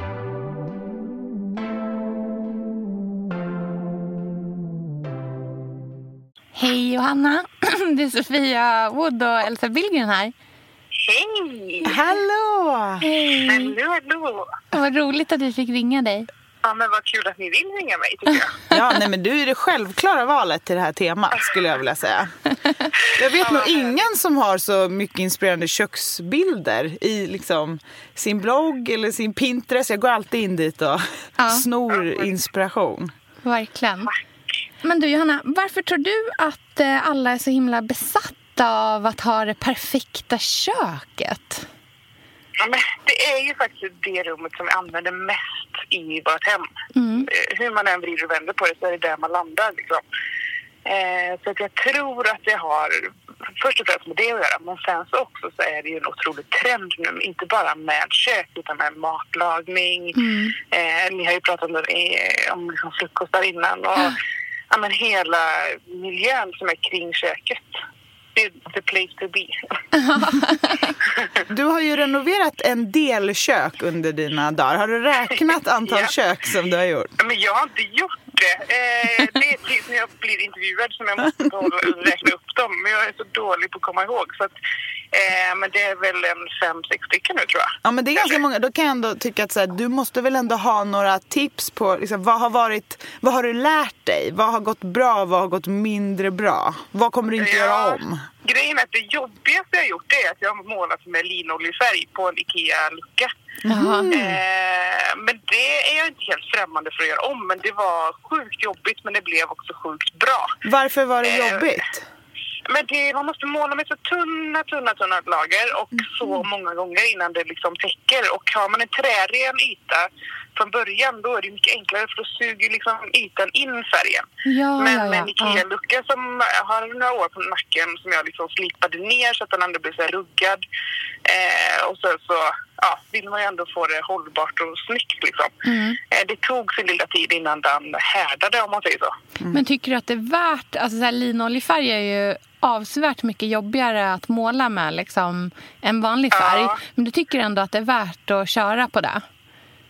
Hej Johanna, det är Sofia Wood och Elsa Billgren här. Hej! Hallå! Hej! Hallå! Vad roligt att vi fick ringa dig. Ja, men vad kul att ni vill ringa mig, tycker jag. Ja, nej, men du är det självklara valet till det här temat, skulle jag vilja säga. Jag vet nog ingen som har så mycket inspirerande köksbilder i liksom sin blogg eller sin Pinterest. Jag går alltid in dit och snor inspiration. Verkligen. Men du Johanna, varför tror du att alla är så himla besatta av att ha det perfekta köket? Ja, men det är ju faktiskt det rummet som vi använder mest i vårt hem. Hur man än vrider och vänder på det så är det där man landar. Liksom. Så att jag tror att det har först och främst med det att göra. Men sen så också så är det ju en otrolig trend nu. Inte bara med kök utan med matlagning. Ni har ju pratat om liksom frukostar innan. Och ja, men hela miljön som är kring köket. The place to be. Du har ju renoverat en del kök under dina dagar. Har du räknat antal kök som du har gjort? Men jag har inte gjort det. Det är tills när jag blir intervjuad som jag måste räkna upp dem. Men jag är så dålig på att komma ihåg. Så att, men det är väl en 5-6 stycken nu, tror jag. Ja, men det är ganska många. Då kan jag ändå tycka att så här, du måste väl ändå ha några tips på liksom, vad har du lärt dig? Vad har gått bra? Vad har gått mindre bra? Vad kommer du inte göra om? Grejen är att det jobbigaste jag har gjort det är att jag har målat med linoljefärg på en Ikea-lucka. Men det är jag inte helt främmande för att göra om. Men det var sjukt jobbigt, men det blev också sjukt bra. Varför var det jobbigt? Men man måste måla med så tunna lager och så många gånger innan det liksom täcker. Och har man en trären yta från början, då är det mycket enklare för då suger liksom ytan in färgen. Men med en Ikea-lucka som har några år på nacken som jag liksom slipade ner så att den ändå blir så här ruggad. Och så vill man ju ändå få det hållbart och snyggt liksom. Det tog sin lilla tid innan den härdade, om man säger så. Men tycker du att det är värt, alltså så här, linoljefärg är ju avsevärt mycket jobbigare att måla med liksom en vanlig färg. Men du tycker ändå att det är värt att köra på det?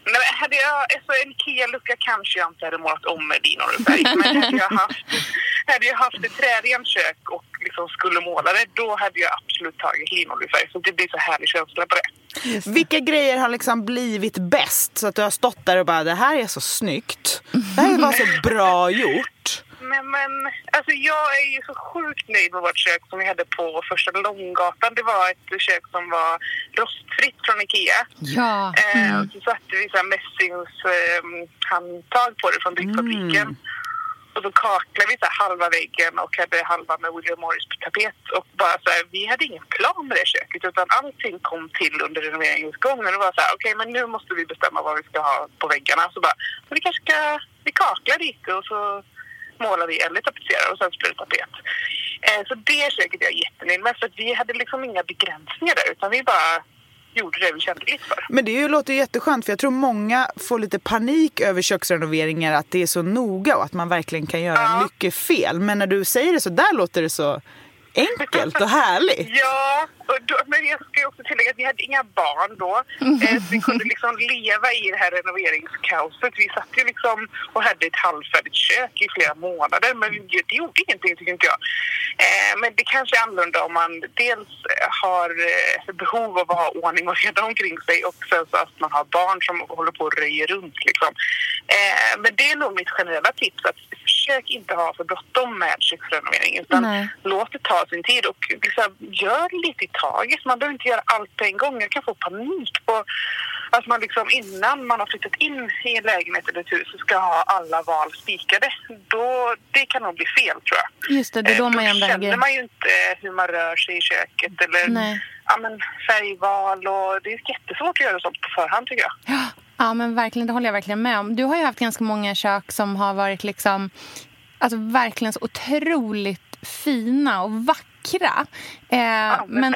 Nej, men hade jag en Ikea-lucka kanske jag inte hade målat om med linolefärg. Men hade jag haft ett trädrent kök och liksom skulle måla det, då hade jag absolut tagit linolefärg. Så det blir så härlig känsla på det. Vilka grejer har liksom blivit bäst så att du har stått där och bara, det här är så snyggt. Det här var så bra gjort. Men alltså jag är ju så sjukt nöjd med vårt kök som vi hade på första Långgatan. Det var ett kök som var rostfritt från Ikea. Ja. Så satte vi så här mässingshandtag på det från byggfabriken. Och så kaklade vi så här halva väggen och hade halva med William Morris-tapet. Och bara så här, vi hade ingen plan med det köket utan allting kom till under renoveringsgången. Och det var så här, okej, men nu måste vi bestämma vad vi ska ha på väggarna. Så bara, vi kanske ska, vi kaklar lite och så målar vi eller tapetserar och sen blir det tapet. Så det köket jag är jättenöjd med, för att vi hade liksom inga begränsningar där utan vi bara gjorde det vi kände lite för. Men det låter jätteskönt, för jag tror många får lite panik över köksrenoveringar, att det är så noga och att man verkligen kan göra mycket fel. Men när du säger det så där låter det så enkelt och härligt. Ja, och då, men jag ska också tillägga att vi hade inga barn då. Vi kunde liksom leva i det här renoveringskaoset. Vi satt ju liksom och hade ett halvfärdigt kök i flera månader. Men det gjorde ingenting, tycker inte jag. Men det kanske är annorlunda om man dels har behov av att ha ordning och reda omkring sig och sen så att man har barn som håller på att röja runt liksom. Men det är nog mitt generella tips, att försök inte ha för bråttom med köksrenovering utan låt det ta sin tid och liksom, gör lite i taget. Man behöver inte göra allt på en gång. Jag kan få panik på att man liksom innan man har flyttat in i en lägenhet eller ett hus ska ha alla val spikade. Då, det kan nog bli fel, tror jag. Just det, då man känner man ju inte hur man rör sig i köket eller färgval, och det är jättesvårt att göra sånt på förhand, tycker jag. Ja, men verkligen, det håller jag verkligen med om. Du har ju haft ganska många kök som har varit liksom, alltså verkligen så otroligt fina och vackra. Men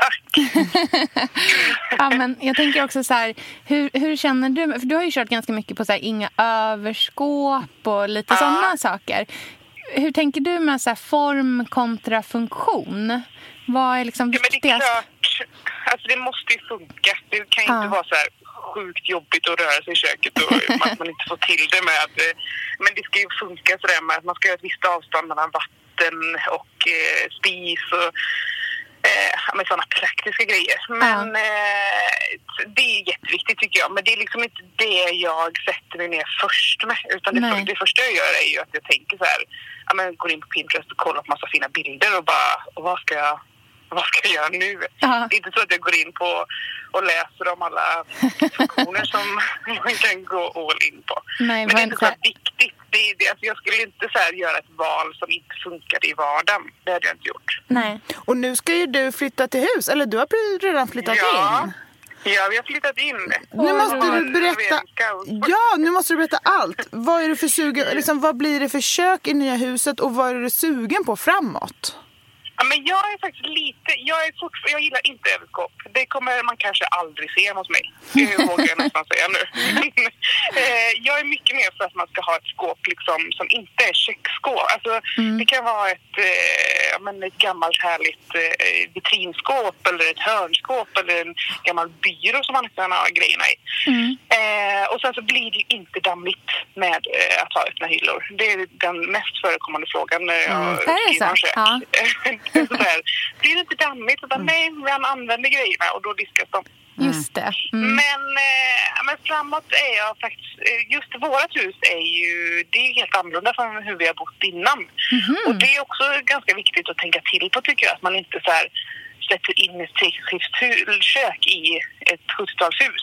ja, men jag tänker också så här, hur känner du? För du har ju kört ganska mycket på så här, inga överskåp och lite sådana saker. Hur tänker du med så här, form kontra funktion? Vad är liksom viktigast? Men det är klart, alltså det måste ju funka. Det kan ju inte vara så här sjukt jobbigt att röra sig i köket och att man inte får till det med. Men det ska ju funka så där med att man ska ha ett visst avstånd mellan vatten och spis och med sådana praktiska grejer. Men det är jätteviktigt, tycker jag. Men det är liksom inte det jag sätter mig ner först med. Utan det första jag gör är ju att jag tänker så här, går in på Pinterest och kollar på massa fina bilder och bara, vad ska jag göra nu? Det är inte så att jag går in på och läser om alla funktioner som man kan gå all in på. Nej, men det är inte så viktigt. Alltså jag skulle inte så här göra ett val som inte funkade i vardagen. Det hade jag inte gjort. Nej. Och nu ska ju du flytta till hus, eller du har redan flyttat in? Ja, vi har flyttat in. Nu måste du berätta. Ja, nu måste du berätta allt. Vad är du för sugen, vad blir det för kök i nya huset och vad är du sugen på framåt? Ja, men jag är faktiskt jag gillar inte överskåp. Det kommer man kanske aldrig se hos mig. Det vågar jag nästan säga nu. Jag är mycket mer för att man ska ha ett skåp liksom, som inte är köksskåp. Alltså, det kan vara ett gammalt härligt vitrinskåp eller ett hörnskåp eller en gammal byrå som man kan ha grejerna i. Och sen så blir det inte dammigt med att ha öppna hyllor. Det är den mest förekommande frågan när jag skriver om kök. Blir det inte dammigt utan nej, man använder grejerna och då diskas de. Just det. Men framåt är jag faktiskt, just vårat hus det är helt annorlunda från hur vi har bott innan. Och det är också ganska viktigt att tänka till på, tycker jag, att man inte så här sätter in ett sekelskiftskök i ett 70-talshus.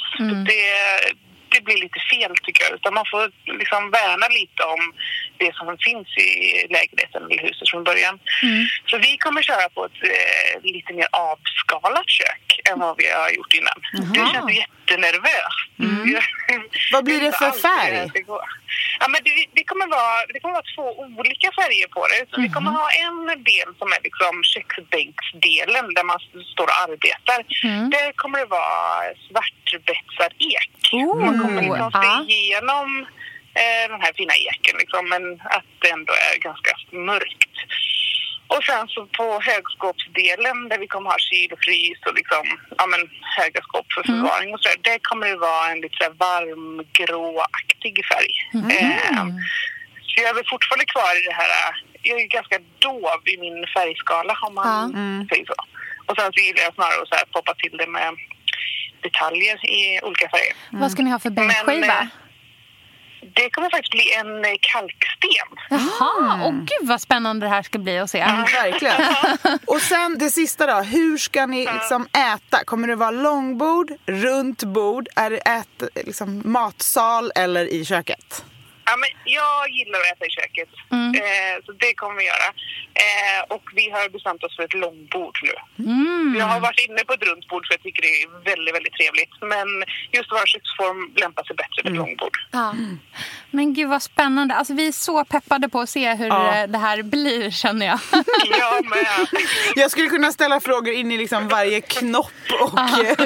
Det blir lite fel, tycker jag. Utan man får liksom värna lite om det som finns i lägenheten eller huset från början. Så vi kommer köra på ett lite mer avskalat kök än vad vi har gjort innan. Det känns jättenervöst. Vad blir det för färg? Ja, men det kommer vara 2 olika färger på det. Så vi kommer ha en del som är liksom köksbänksdelen där man står och arbetar. Där kommer det vara svartbetsad ek. Man kommer liksom se igenom den här fina eken liksom, men att det ändå är ganska mörkt. Och sen så på högskåpsdelen där vi kommer ha kyl och frys och liksom, höga skåp för förvaring och sådär. Det kommer det vara en lite så här varm, gråaktig färg. Så jag är väl fortfarande kvar i det här. Jag är ganska dov i min färgskala om man säger så. Och sen så gillar jag snarare att så här poppa till det med detaljer i olika färger. Vad ska ni ha för bänkskiva? Det kommer faktiskt bli en kalksten. Jaha, gud vad spännande det här ska bli att se. Verkligen. Och sen det sista då, hur ska ni liksom äta? Kommer det vara långbord, runt bord? Är det liksom matsal eller i köket? Ja, men jag gillar att äta i köket. Så det kommer vi göra. Och vi har bestämt oss för ett långbord nu. Jag har varit inne på ett rundbord för jag tycker det är väldigt, väldigt trevligt. Men just vår köksform lämpar sig bättre för ett långbord. Ja. Men gud vad spännande. Alltså, vi är så peppade på att se hur det här blir, känner jag. Jag med. Jag skulle kunna ställa frågor in i liksom varje knopp och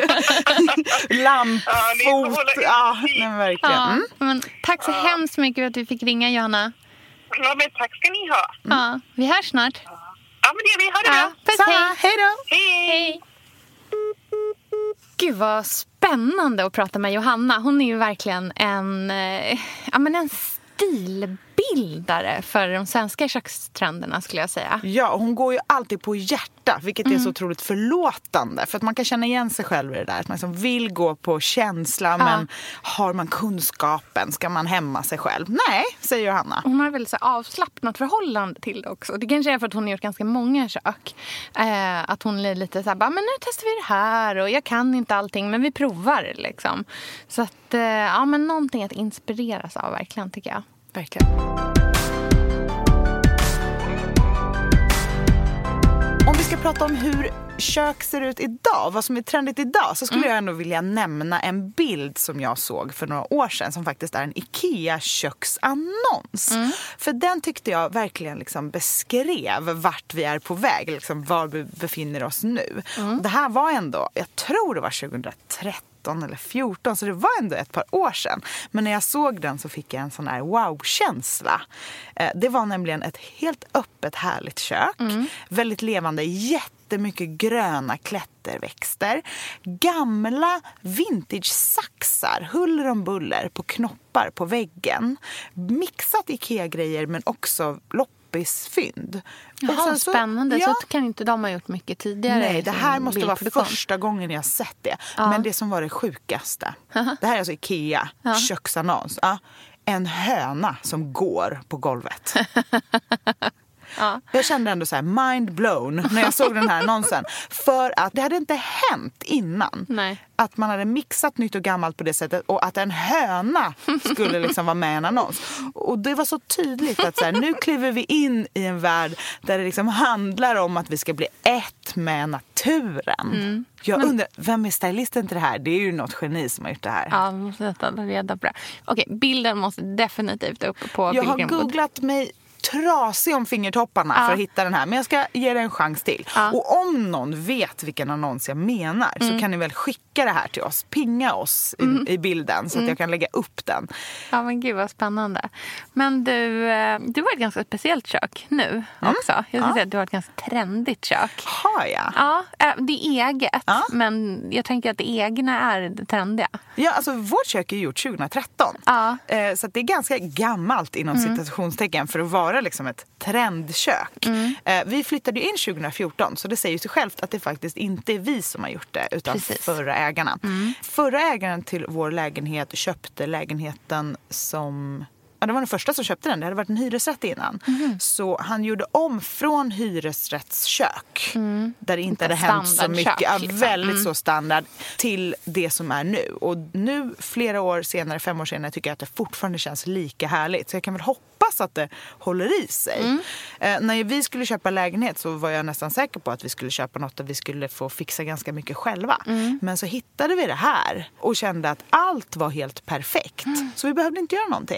lampfot. Ja, men verkligen. Men tack så hemskt mycket för att vi fick ringa, Johanna. Ja, men tack ska ni ha. Ja, vi hörs snart. Ja, men det vi. Ha det bra. Puss, hej. Hej då. Hej. Gud vad spännande att prata med Johanna. Hon är ju verkligen en stilbildare för de svenska kökstrenderna, skulle jag säga. Ja, hon går ju alltid på hjärta, vilket är så otroligt förlåtande. För att man kan känna igen sig själv i det där. Att man liksom vill gå på känsla, men har man kunskapen? Ska man hämma sig själv? Nej, säger Johanna. Hon har väl så avslappnat förhållande till det också. Det kanske är för att hon har gjort ganska många kök. Att hon är lite så här, men nu testar vi det här och jag kan inte allting, men vi provar liksom. Så att, men någonting att inspireras av verkligen, tycker jag. Verkligen. Om vi ska prata om hur kök ser ut idag, vad som är trendigt idag, så skulle jag ändå vilja nämna en bild som jag såg för några år sedan som faktiskt är en IKEA-köksannons. För den tyckte jag verkligen liksom beskrev vart vi är på väg, liksom var vi befinner oss nu. Och det här var ändå, jag tror det var 2013 eller 14, så det var ändå ett par år sedan. Men när jag såg den så fick jag en sån här wow-känsla. Det var nämligen ett helt öppet, härligt kök. Väldigt levande, jättemycket gröna klätterväxter. Gamla vintage-saxar, huller om buller på knoppar på väggen. Mixat IKEA-grejer men också loppisfynd. Jaha, spännande. Så kan inte de ha gjort mycket tidigare. Nej, det här måste vara första gången jag sett det. Men det som var det sjukaste. Det här är alltså IKEA, köksannons. En höna som går på golvet. Jag kände ändå så här mind blown när jag såg den här annonsen. För att det hade inte hänt innan. Nej. Att man hade mixat nytt och gammalt på det sättet. Och att en höna skulle liksom vara med i en annons. Och det var så tydligt att så här, nu kliver vi in i en värld där det liksom handlar om att vi ska bli ett med naturen. Jag undrar, vem är stylisten till det här? Det är ju något geni som har gjort det här. Ja, måste ta reda på det. Okej, bilden måste definitivt upp på Jag har Pilgrimwood. googlat mig trasig om fingertopparna för att hitta den här. Men jag ska ge den en chans till. Och om någon vet vilken annons jag menar så kan ni väl skicka det här till oss. Pinga oss i bilden så att jag kan lägga upp den. Ja, men gud vad spännande. Men du har ett ganska speciellt kök nu också. Jag skulle säga att du har ett ganska trendigt kök. Har jag? Ja, det är eget. Men jag tänker att det egna är det trendiga. Ja, alltså vårt kök är gjort 2013. Så att det är ganska gammalt inom citationstecken för att vara liksom ett trendkök. Vi flyttade ju in 2014 så det säger ju sig självt att det faktiskt inte är vi som har gjort det utan förra ägarna. Förra ägaren till vår lägenhet köpte lägenheten som... Ja, det var den första som köpte den. Det hade varit en hyresrätt innan. Så han gjorde om från hyresrättskök där det inte hade hänt så mycket. Liksom. Väldigt så standard till det som är nu. Och nu, flera år senare, 5 år senare, tycker jag att det fortfarande känns lika härligt. Så jag kan väl hoppas att det håller i sig. När vi skulle köpa lägenhet så var jag nästan säker på att vi skulle köpa något där vi skulle få fixa ganska mycket själva. Men så hittade vi det här och kände att allt var helt perfekt. Så vi behövde inte göra någonting. Spännande.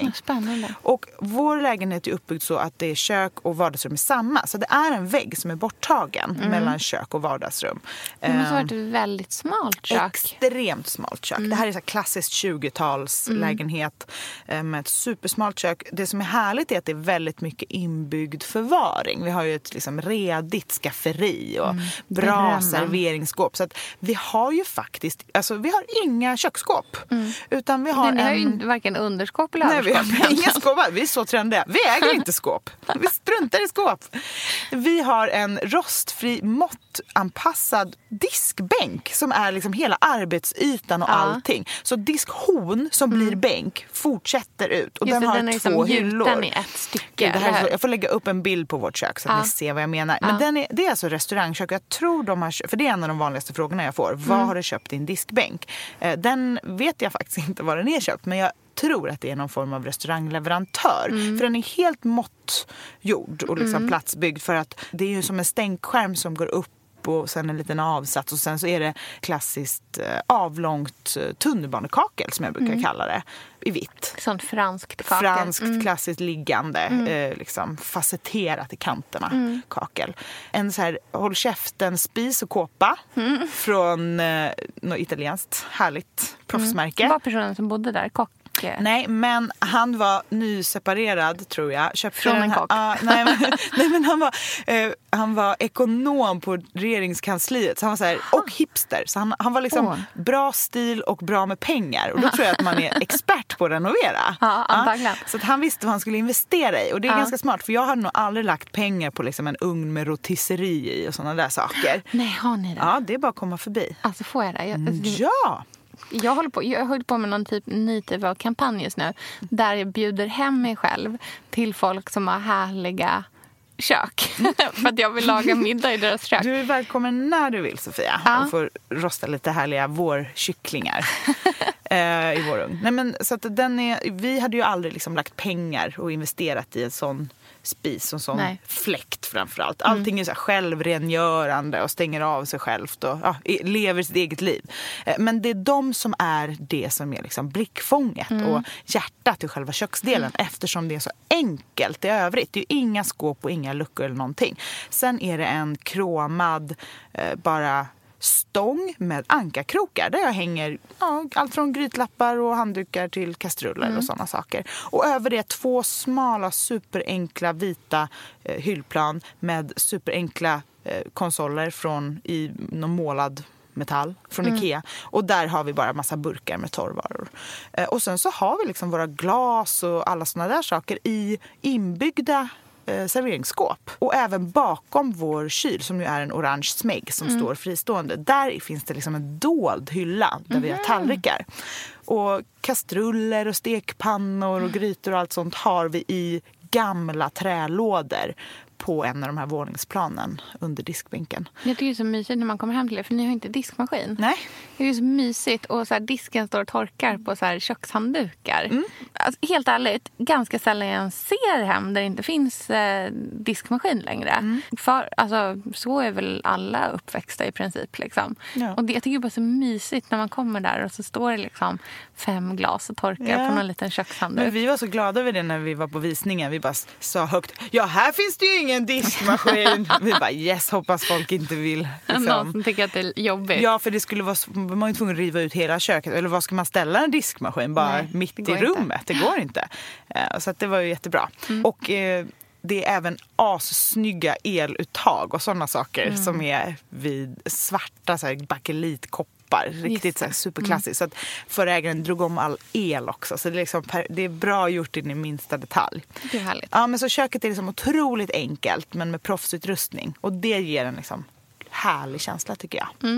Spännande. Och vår lägenhet är uppbyggd så att det är kök och vardagsrum i samma. Så det är en vägg som är borttagen mellan kök och vardagsrum. Det måste ha varit ett väldigt smalt kök. Extremt smalt kök. Det här är så här klassiskt 20-talslägenhet med ett supersmalt kök. Det som är härligt är att det är väldigt mycket inbyggd förvaring. Vi har ju ett liksom redigt skafferi och bra serveringsskåp. Så att vi har ju faktiskt, alltså vi har inga köksskåp. Utan vi har Ni har ju varken underskåp eller överskåp. överskåp. Nej, vi har inga skåp. Vi är så trendiga. Vi äger inte skåp. Vi struntar i skåp. Vi har en rostfri, måttanpassad diskbänk som är liksom hela arbetsytan och allting. Så diskhon som blir bänk fortsätter ut. Och Just den har den är 2 hyllor. i ett stycke. Det här är så, jag får lägga upp en bild på vårt kök så att ni ser vad jag menar. Men det är alltså restaurangkök. Jag tror de har, för det är en av de vanligaste frågorna jag får. Vad har du köpt i en diskbänk? Den vet jag faktiskt inte vad den är köpt. Men jag tror att det är någon form av restaurangleverantör. För den är helt måttgjord och liksom platsbyggd. För att det är ju som en stänkskärm som går upp och sen en liten avsats. Och sen så är det klassiskt avlångt tunnelbanekakel som jag brukar kalla det. I vitt. Sånt franskt kakel. Franskt, klassiskt liggande, liksom facetterat i kanterna kakel. En så här håll käften spis och kåpa från något italienskt härligt proffsmärke. Var personen som bodde där kock? Nej, men han var nyseparerad, tror jag. Köpte från en kock? Nej, men han var ekonom på regeringskansliet. Så han var så här, och hipster. Så han var liksom bra stil och bra med pengar. Och då tror jag att man är expert på att renovera. Antagligen. Så att han visste vad han skulle investera i. Och det är ganska smart, för jag hade nog aldrig lagt pengar på liksom en ugn med rotisseri i och sådana där saker. Nej, har ni det? Ja, det är bara att komma förbi. Alltså får jag det? Ja! Jag håller på med någon ny typ av kampanj just nu. Där jag bjuder hem mig själv till folk som har härliga kök. För att jag vill laga middag i deras kök. Du är välkommen när du vill, Sofia. Och får rosta lite härliga vårkycklingar i vår ugn. Nej, men, så att vi hade ju aldrig liksom lagt pengar och investerat i en sån spis och sån fläkt framförallt. Allting är så här självrengörande och stänger av sig självt och lever sitt eget liv. Men det är de som är det som är liksom blickfånget och hjärtat i själva köksdelen eftersom det är så enkelt i övrigt. Det är ju inga skåp och inga luckor eller någonting. Sen är det en kromad bara stång med ankarkrokar där jag hänger allt från grytlappar och handdukar till kastruller och sådana saker. Och över det 2 smala superenkla vita hyllplan med superenkla konsoler i någon målad metall från Ikea. Och där har vi bara massa burkar med torrvaror. Och sen så har vi liksom våra glas och alla såna där saker i inbyggda serveringsskåp. Och även bakom vår kyl, som ju är en orange smägg som står fristående, där finns det liksom en dold hylla där vi har tallrikar. Och kastruller och stekpannor och grytor och allt sånt har vi i gamla trälådor på en av de här våningsplanen under diskbänken. Jag tycker det är så mysigt när man kommer hem till er, för ni har inte diskmaskin. Nej. Det är så mysigt och så här, disken står och torkar på så här kökshanddukar. Alltså, helt ärligt, ganska sällan jag ser hem där det inte finns diskmaskin längre. För, alltså, så är väl alla uppväxta i princip. Liksom. Ja. Och jag tycker det är bara så mysigt när man kommer där och så står det liksom 5 glas och torkar på någon liten kökshandduk. Men vi var så glada över det när vi var på visningen. Vi bara sa högt, här finns det ju ingen diskmaskin. Vi bara, yes, hoppas folk inte vill. Liksom. Någon som tycker att det är jobbigt. Ja, för det skulle vara, man är tvungen att riva ut hela köket. Eller vad ska man ställa en diskmaskin? Bara mitt i rummet. Inte. Det går inte. Så att det var ju jättebra. Och det är även assnygga eluttag och sådana saker som är vid svarta så här, bakelitkoppar. Riktigt så här, superklassiskt. Så att förägaren drog om all el också. Så det är, liksom, det är bra gjort in i minsta detalj. Det är härligt. Ja, men så köket är liksom otroligt enkelt men med proffsutrustning. Och det ger en liksom härlig känsla, tycker jag.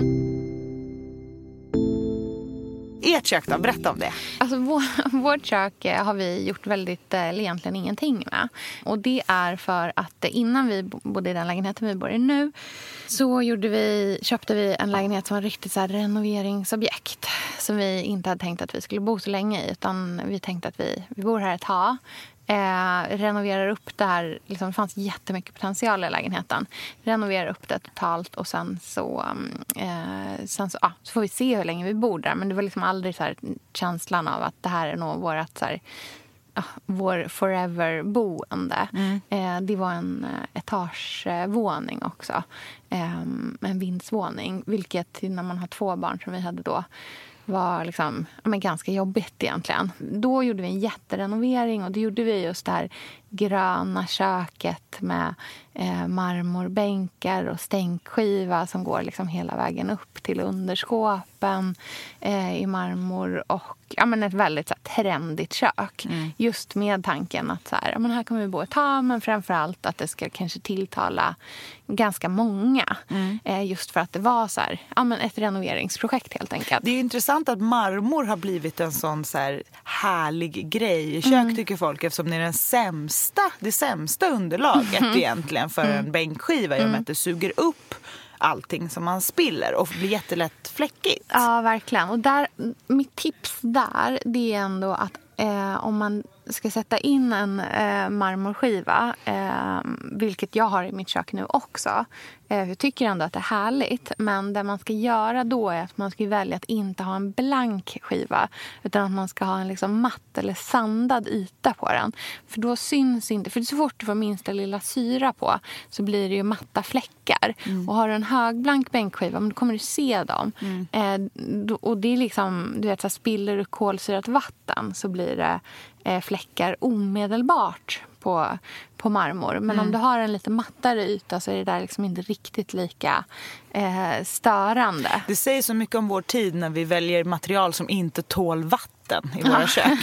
Ert kök då? Berätta om det. Alltså vårt kök har vi gjort väldigt, egentligen ingenting med. Och det är för att innan vi bodde i den lägenheten vi bor i nu så köpte vi en lägenhet som var riktigt så här renoveringsobjekt. Som vi inte hade tänkt att vi skulle bo så länge i, utan vi tänkte att vi bor här ett tag. Renoverar upp det här, liksom, det fanns jättemycket potential i lägenheten. Renoverar upp det totalt och sen så får vi se hur länge vi bor där. Men det var liksom aldrig så här känslan av att det här är nog vårat så här vår forever-boende. Det var en etagevåning också. En vindsvåning. Vilket när man har 2 barn som vi hade då var liksom, ganska jobbigt egentligen. Då gjorde vi en jätterenovering och då gjorde vi just det här gröna köket med marmorbänkar och stänkskiva som går liksom hela vägen upp till underskåpen i marmor och ett väldigt så här, trendigt kök. Just med tanken att så här, här kommer vi bo ett tag, men framförallt att det ska kanske tilltala ganska många. Just för att det var så här, ett renoveringsprojekt helt enkelt. Det är intressant att marmor har blivit en sån så här härlig grej i kök tycker folk, eftersom det är det sämsta underlaget egentligen för en bänkskiva i och med att det suger upp allting som man spiller och blir jättelätt fläckigt. Ja, verkligen. Och mitt tips där, det är ändå att om man ska sätta in en marmorskiva, vilket jag har i mitt kök nu också. Jag tycker ändå att det är härligt, men det man ska göra då är att man ska välja att inte ha en blank skiva, utan att man ska ha en liksom matt eller sandad yta på den. För då syns inte, för så fort du får minsta lilla syra på så blir det ju matta fläckar. Och har du en högblank bänkskiva, då kommer du se dem. Och det är liksom, du vet, så spiller du kolsyrat vatten så blir det fläckar omedelbart på marmor. Men om du har en lite mattare yta så är det där liksom inte riktigt lika störande. Det säger så mycket om vår tid när vi väljer material som inte tål vatten i våra kök.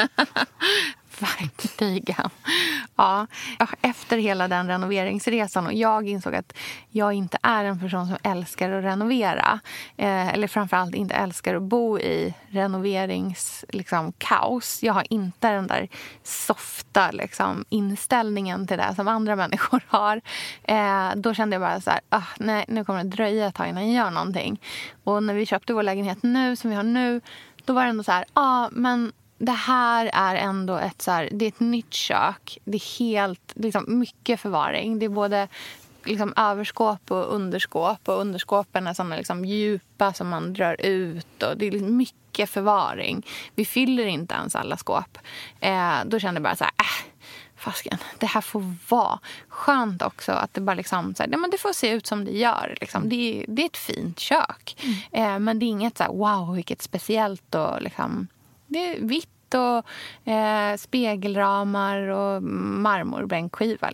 Verkligen. Ja, efter hela den renoveringsresan och jag insåg att jag inte är en person som älskar att renovera. Eller framförallt inte älskar att bo i renoveringskaos. Jag har inte den där softa inställningen till det som andra människor har. Då kände jag bara så här, nej, nu kommer det dröja ett tag innan jag gör någonting. Och när vi köpte vår lägenhet nu, som vi har nu, då var det ändå så här, men det här är ändå det är ett nytt kök. Det är helt mycket förvaring. Det är både överskåp och underskåpen är sådana djupa som man drar ut och det är mycket förvaring. Vi fyller inte ens alla skåp. Då kände jag bara så här, fasken, det här får vara skönt också att det bara men det får se ut som det gör det är ett fint kök. Men det är inget wow, vilket speciellt och det är vitt och spegelramar och marmorbänkskiva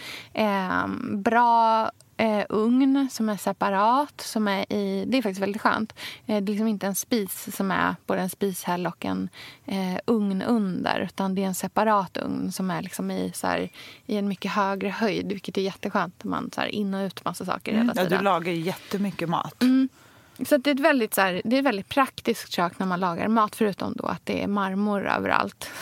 bra ugn som är separat, som är det är faktiskt väldigt skönt. Det är inte en spis som är både en spishäll och en ugn under, utan det är en separat ugn som är i en mycket högre höjd, vilket är jätteskönt. Man in och ut massa saker hela tiden. Ja, du lagar jättemycket mat. Så det är ett väldigt praktiskt kök när man lagar mat, förutom då att det är marmor överallt.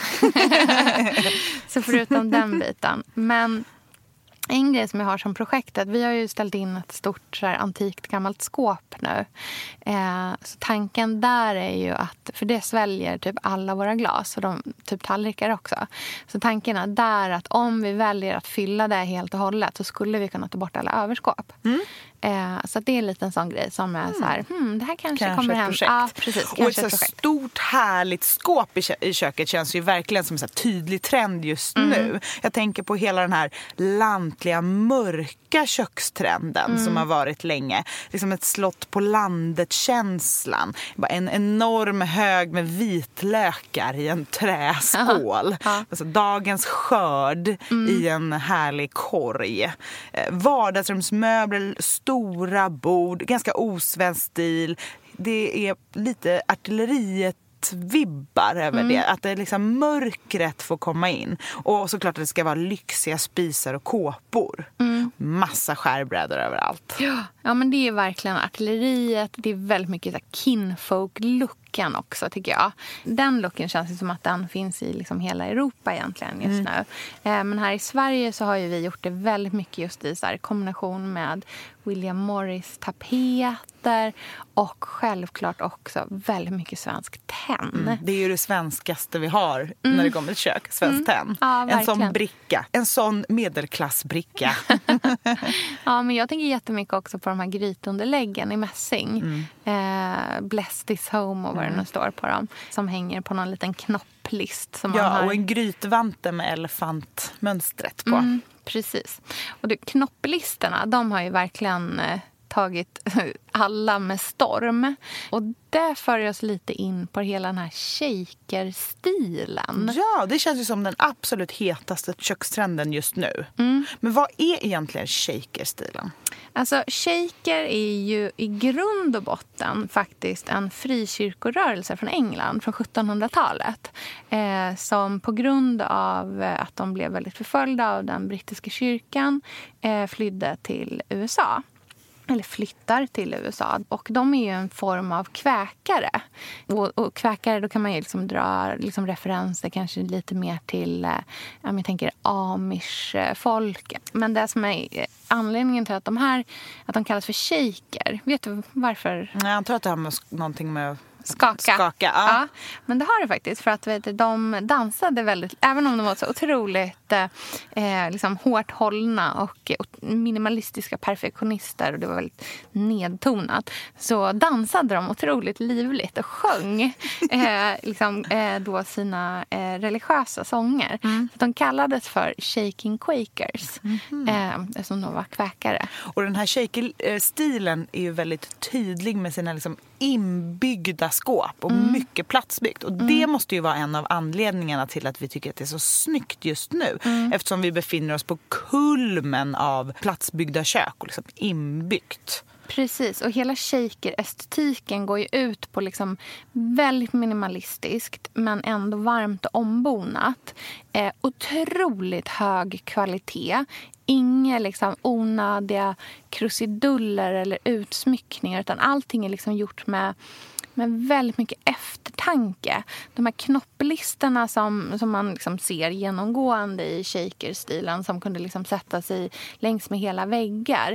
Så förutom den biten. Men en grej som jag har som projekt, att vi har ju ställt in ett stort antikt gammalt skåp nu. Så tanken där är ju att, för det sväljer typ alla våra glas och de typ tallrikar också. Så tanken är där att om vi väljer att fylla det helt och hållet så skulle vi kunna ta bort alla överskåp. Så det är en liten sån grej som är så här, det här kanske kommer hem. Ja, precis, och ett stort härligt skåp i köket känns ju verkligen som en så tydlig trend just nu. Jag tänker på hela den här lantliga mörka kökstrenden som har varit länge. Ett slott på landet-känslan. En enorm hög med vitlökar i en träskål. Alltså dagens skörd i en härlig korg. Vardagsrumsmöbler, stora bord, ganska osvensk stil. Det är lite artilleriet-vibbar över det. Att det mörkret får komma in. Och såklart att det ska vara lyxiga spisar och kåpor. Massa skärbrädor överallt. Ja, men det är verkligen artilleriet. Det är väldigt mycket kinfolk-looken också, tycker jag. Den looken känns som att den finns i hela Europa egentligen just nu. Men här i Sverige så har ju vi gjort det väldigt mycket just i kombination med William Morris tapeter och självklart också väldigt mycket svensk tenn. Det är ju det svenskaste vi har när det kommer till kök, svensk tenn. Ja, en sån bricka, en sån medelklassbricka. Ja, men jag tänker jättemycket också på de här grytunderläggen i mässing. Bless this home och vad det nu står på dem. Som hänger på någon liten knopplist. Som man har. Och en grytvante med elefantmönstret på. Precis. Och knopplisterna, de har ju verkligen tagit alla med storm. Och det för oss lite in på hela den här shaker-stilen. Ja, det känns ju som den absolut hetaste kökstrenden just nu. Men vad är egentligen shaker-stilen? Alltså, shaker är ju i grund och botten faktiskt en frikyrkorörelse från England från 1700-talet. Som på grund av att de blev väldigt förföljda av den brittiska kyrkan flydde till USA. Eller flyttar till USA. Och de är ju en form av kväkare. Och kväkare, då kan man ju liksom dra liksom referenser kanske lite mer till jag tänker Amish-folk. Men det som är anledningen till att de kallas för shaker. Vet du varför? Jag antar att det har någonting med skaka. Ja. Men det har det faktiskt, för att de dansade väldigt, även om de var så otroligt liksom hårt hållna och minimalistiska perfektionister och det var väldigt nedtonat, så dansade de otroligt livligt och sjöng då sina religiösa sånger. Så de kallades för shaking quakers, som de var kväkare. Och den här shaker-stilen är ju väldigt tydlig med sina liksom inbyggda skåp och mycket platsbyggt. Och det måste ju vara en av anledningarna till att vi tycker att det är så snyggt just nu. Eftersom vi befinner oss på kulmen av platsbyggda kök och liksom inbyggt. Precis, och hela shaker-estetiken går ju ut på liksom väldigt minimalistiskt men ändå varmt och ombonat. Otroligt hög kvalitet. Inga liksom onödiga krusiduller eller utsmyckningar, utan allting är liksom gjort med väldigt mycket eftertanke. De här knopplisterna som man liksom ser genomgående i shaker-stilen, som kunde liksom sätta sig längs med hela väggar.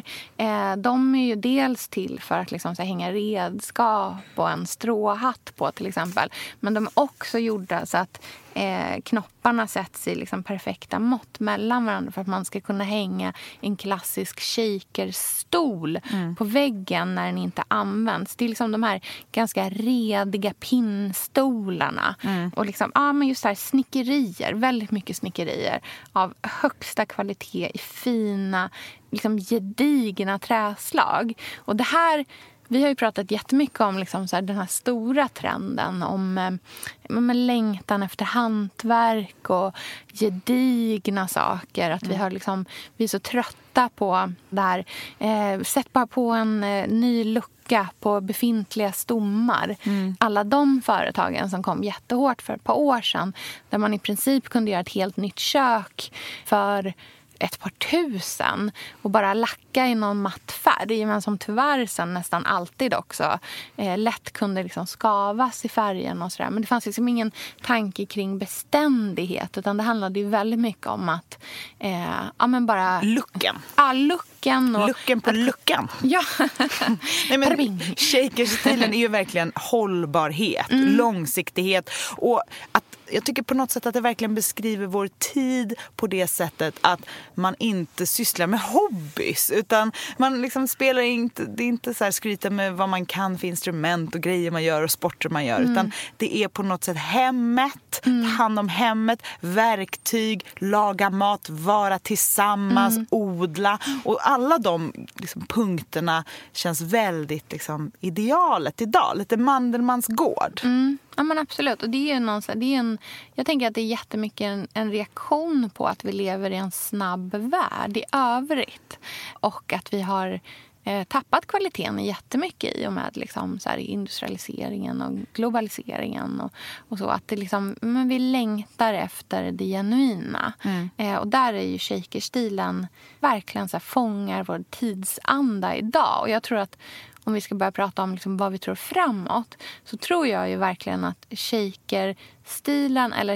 De är ju dels till för att liksom så hänga redskap och en stråhatt på till exempel. Men de är också gjorda så att knopparna sätts i liksom perfekta mått mellan varandra för att man ska kunna hänga en klassisk shakerstol på väggen när den inte används. Det är liksom de här ganska rediga pinnstolarna och liksom, men just här snickerier, väldigt mycket snickerier av högsta kvalitet i fina, liksom gedigna träslag. Och det här, vi har ju pratat jättemycket om liksom så här, den här stora trenden om längtan efter hantverk och gedigna saker. Att vi är så trötta på det här. Sätt bara på en ny lucka på befintliga stommar. Alla de företagen som kom jättehårt för ett par år sedan, där man i princip kunde göra ett helt nytt kök för ett par tusen och bara lacka i någon matt färg, men som tyvärr sen nästan alltid också lätt kunde liksom skavas i färgen och sådär. Men det fanns liksom ingen tanke kring beständighet, utan det handlade ju väldigt mycket om att men bara looken. Ja, looken och looken på luckan. Ja. Nej, men shaker-stilen är ju verkligen hållbarhet, långsiktighet, och att jag tycker på något sätt att det verkligen beskriver vår tid på det sättet att man inte sysslar med hobbys, utan man liksom spelar inte, det är inte så här skryta med vad man kan för instrument och grejer man gör och sporter man gör, utan det är på något sätt hemmet, hand om hemmet, verktyg, laga mat, vara tillsammans, odla, och alla de liksom punkterna känns väldigt liksom idealet idag, lite Mandelmans gård. Ja, men absolut. Och det är ju jag tänker att det är jättemycket en reaktion på att vi lever i en snabb värld i övrigt. Och att vi har tappat kvaliteten jättemycket i och med liksom så här industrialiseringen och globaliseringen och så. Att det liksom, men vi längtar efter det genuina. Och där är ju shaker-stilen verkligen så här, fångar vår tidsanda idag. Och jag tror att om vi ska börja prata om liksom vad vi tror framåt, så tror jag ju verkligen att shaker-stilen eller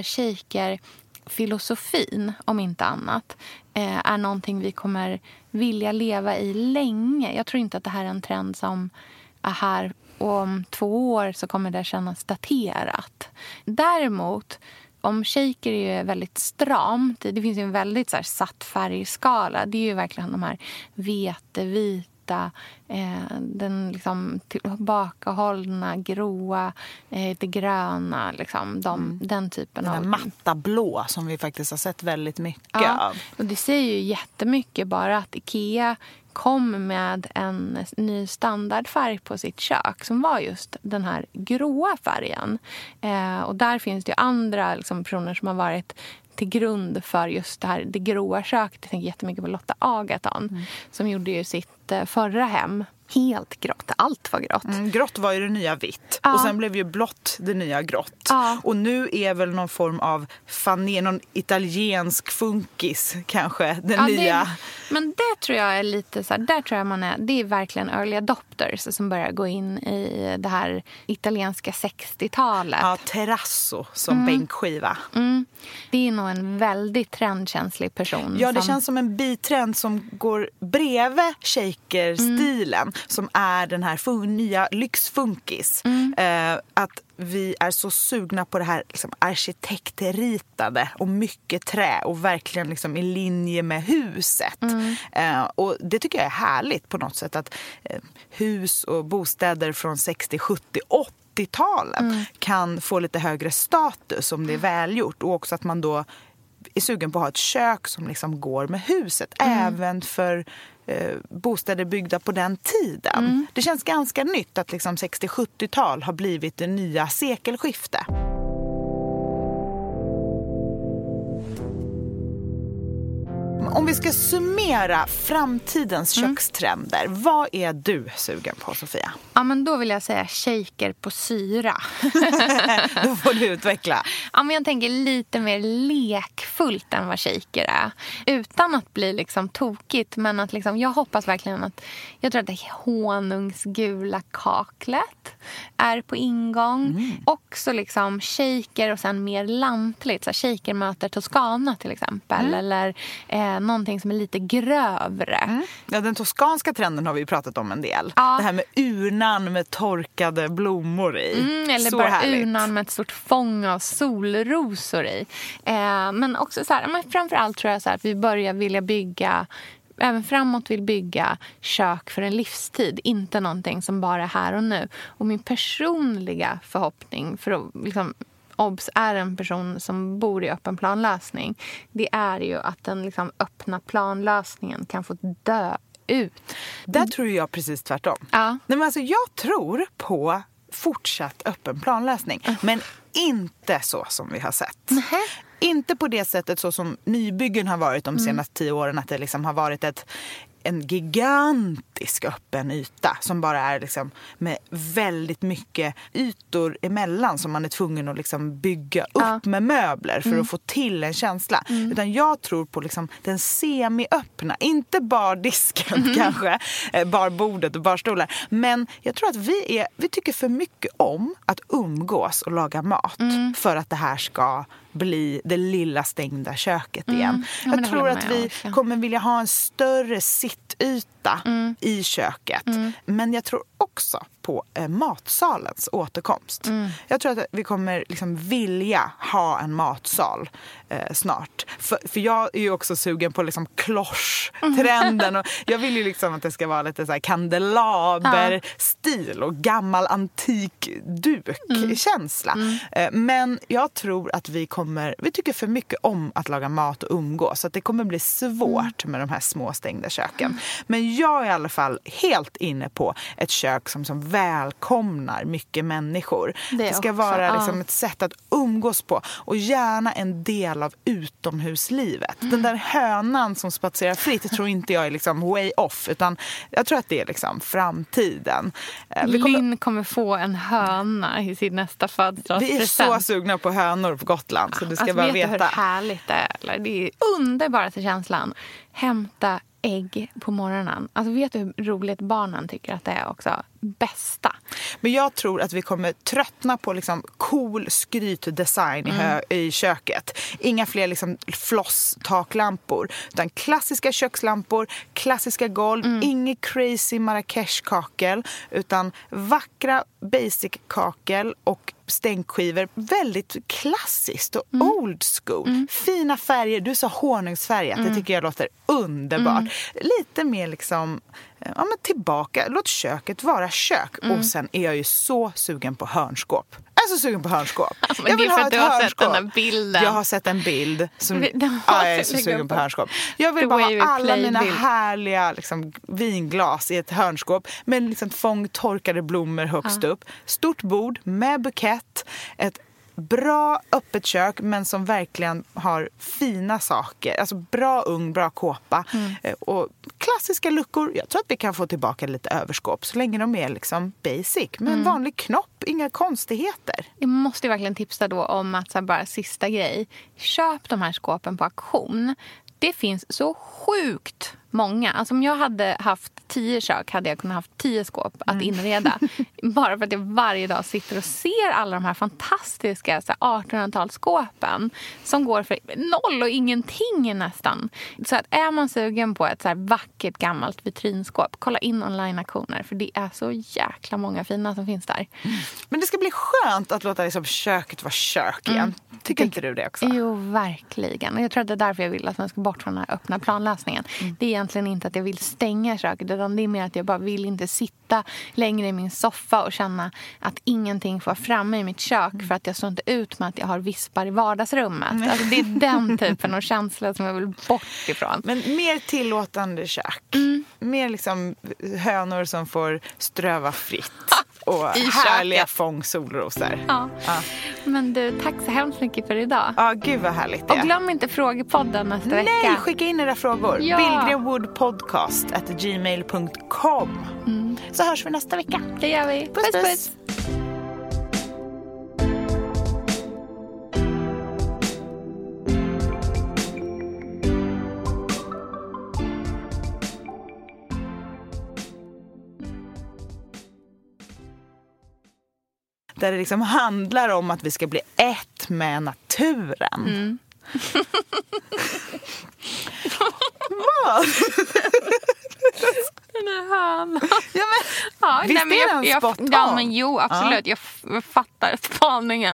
shaker-filosofin, om inte annat, är någonting vi kommer vilja leva i länge. Jag tror inte att det här är en trend som är här och om 2 år så kommer det kännas daterat. Däremot, om shaker är ju väldigt stramt, det finns ju en väldigt så här satt färgskala. Det är ju verkligen de här vetevita vita, den liksom tillbakahållna, gråa, det gröna, liksom, den typen av... Den matta blå som vi faktiskt har sett väldigt mycket av. Och det säger ju jättemycket bara att IKEA kom med en ny standardfärg på sitt kök som var just den här gråa färgen. Och där finns det ju andra liksom, personer som har varit till grund för just det gråa köket. Jag tänker jättemycket på Lotta Agaton som gjorde ju sitt förra hem helt grått. Allt var grått. Grått var ju det nya vitt. Och sen blev ju blått det nya grått. Och nu är väl någon form av någon italiensk funkis kanske den nya. Men det tror jag är lite så här, där tror jag det är verkligen early adopters som börjar gå in i det här italienska 60-talet. Ja, terrazzo som bänkskiva. Det är nog en väldigt trendkänslig person. Ja, det känns som en bitrend som går bredvid shaker-stilen. Som är den här nya lyxfunkis. Att vi är så sugna på det här liksom, arkitektritade och mycket trä och verkligen liksom, i linje med huset. Och det tycker jag är härligt på något sätt att hus och bostäder från 60, 70, 80-talen kan få lite högre status om det är välgjort. Och också att man då är sugen på att ha ett kök som liksom går med huset. Även för bostäder byggda på den tiden. Det känns ganska nytt att liksom 60-70-tal har blivit det nya sekelskifte. Om vi ska summera framtidens kökstrender, vad är du sugen på, Sofia? Ja, men då vill jag säga shaker på syra. Då får du utveckla. Ja, men jag tänker lite mer lekfullt än vad shaker är. Utan att bli liksom tokigt, men att liksom, jag hoppas verkligen att, jag tror att det honungsgula kaklet är på ingång. Också liksom shaker och sen mer lantligt. Så shaker möter Toscana till exempel. Eller någonting som är lite grövre. Ja, den toskanska trenden har vi pratat om en del. Det här med urnan med torkade blommor i. Eller så bara härligt. urnan med ett stort fång av solrosor i. Men också så här, men framförallt tror jag så här att vi börjar vilja bygga, även framåt vill bygga kök för en livstid. Inte någonting som bara är här och nu. Och min personliga förhoppning för att liksom, Obs är en person som bor i öppen planlösning. Det är ju att den liksom öppna planlösningen kan få dö ut. Där tror jag precis tvärtom. Ja. Nej, men alltså, jag tror på fortsatt öppen planlösning. Men inte så som vi har sett. Inte på det sättet så som nybyggen har varit de senaste 10 åren. Att det liksom har varit en gigantisk öppen yta som bara är liksom med väldigt mycket ytor emellan som man är tvungen att liksom bygga upp med möbler för att få till en känsla. Utan jag tror på liksom den semi-öppna, inte bardisken kanske, barbordet och barstolar. Men jag tror att vi tycker för mycket om att umgås och laga mat för att det här ska bli det lilla stängda köket igen. Jag tror att vi kommer vilja ha en större sittyta i köket. Men jag tror också på matsalens återkomst. Jag tror att vi kommer liksom vilja ha en matsal snart. För jag är ju också sugen på liksom klosch-trenden. Och jag vill ju liksom att det ska vara lite så här kandelaber-stil och gammal antik duk-känsla. Men jag tror att vi tycker för mycket om att laga mat och umgås. Så att det kommer bli svårt med de här små stängda köken. Men jag är i alla fall helt inne på ett kök som välkomnar mycket människor. Det ska vara liksom ett sätt att umgås på. Och gärna en del av utomhuslivet. Den där hönan som spatserar fritt tror inte jag är liksom way off. Utan jag tror att det är liksom framtiden. Linn kommer få en höna i sin nästa födelsedagspresent. Vi är så sugna på hönor på Gotland. Så du ska bara veta. Hur härligt det är. Eller? Det är underbart till känslan. Hämta ägg på morgonen. Alltså vet du hur roligt barnen tycker att det är också? Bästa. Men jag tror att vi kommer tröttna på liksom cool skrytdesign i köket. Inga fler liksom floss-taklampor. Utan klassiska kökslampor, klassiska golv, inget crazy Marrakesh-kakel. Utan vackra basic-kakel och stänkskivor. Väldigt klassiskt och old school. Fina färger. Du sa honungsfärgat. Det tycker jag låter underbart. Lite mer liksom tillbaka. Låt köket vara kök. Och sen är jag ju så sugen på hörnskåp. Jag är så sugen på hörnskåp. Jag vill ha ett hörnskåp. Sett den här bilden. Jag har sett en bild. Jag är så sugen på hörnskåp. Jag vill bara ha alla mina härliga liksom, vinglas i ett hörnskåp. Med liksom, fångtorkade blommor högst upp. Stort bord med bukett. Ett bra öppet kök, men som verkligen har fina saker. Alltså bra ugn, bra kåpa. Och klassiska luckor. Jag tror att vi kan få tillbaka lite överskåp så länge de är liksom basic. Men en vanlig knopp, inga konstigheter. Jag måste verkligen tipsa då om att så här, bara sista grej. Köp de här skåpen på auktion. Det finns så sjukt många. Alltså om jag hade haft 10 kök hade jag kunnat haft 10 skåp att inreda. Bara för att jag varje dag sitter och ser alla de här fantastiska 1800-talsskåpen som går för 0 och ingenting nästan. Så att är man sugen på ett så här vackert gammalt vitrinskåp, kolla in online-auktioner för det är så jäkla många fina som finns där. Men det ska bli skönt att låta liksom köket vara kök igen. Tycker inte du det också? Jo, verkligen. Och jag tror att det är därför jag vill att man ska bort från den här öppna planlösningen. Det är egentligen inte att jag vill stänga köket, utan det är mer att jag bara vill inte sitta längre i min soffa och känna att ingenting får framme i mitt kök för att jag står inte ut med att jag har vispar i vardagsrummet. Alltså det är den typen av känsla som jag vill bort ifrån. Men mer tillåtande kök. Mer liksom hönor som får ströva fritt. Och härliga fångsolrosor. Ja. Men du, tack så hemskt mycket för idag. Ja, gud vad härligt det är. Och glöm inte frågepodden nästa vecka. Nej, skicka in era frågor. billgrenwoodpodcast@gmail.com. Så hörs vi nästa vecka. Det gör vi. Puss, puss. Där det liksom handlar om att vi ska bli ett med naturen. Vad? Den är hörn. Visst är den spot on? Ja, men jo, absolut. Jag fattar spaningen.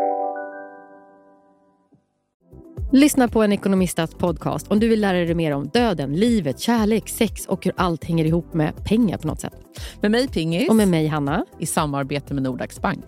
Lyssna på en ekonomistats podcast om du vill lära dig mer om döden, livet, kärlek, sex och hur allt hänger ihop med pengar på något sätt. Med mig Pingis. Och med mig Hanna. I samarbete med Nordax Bank.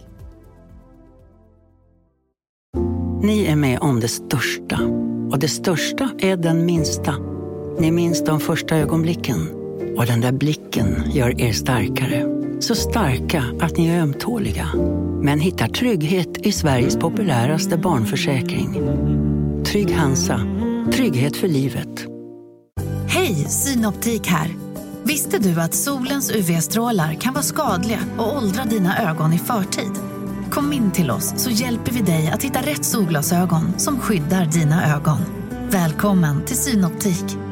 Ni är med om det största. Och det största är den minsta. Ni minns de första ögonblicken. Och den där blicken gör er starkare. Så starka att ni är ömtåliga. Men hittar trygghet i Sveriges populäraste barnförsäkring. Trygg Hansa. Trygghet för livet. Hej, Synoptik här. Visste du att solens UV-strålar kan vara skadliga och åldra dina ögon i förtid? Kom in till oss så hjälper vi dig att hitta rätt solglasögon som skyddar dina ögon. Välkommen till Synoptik.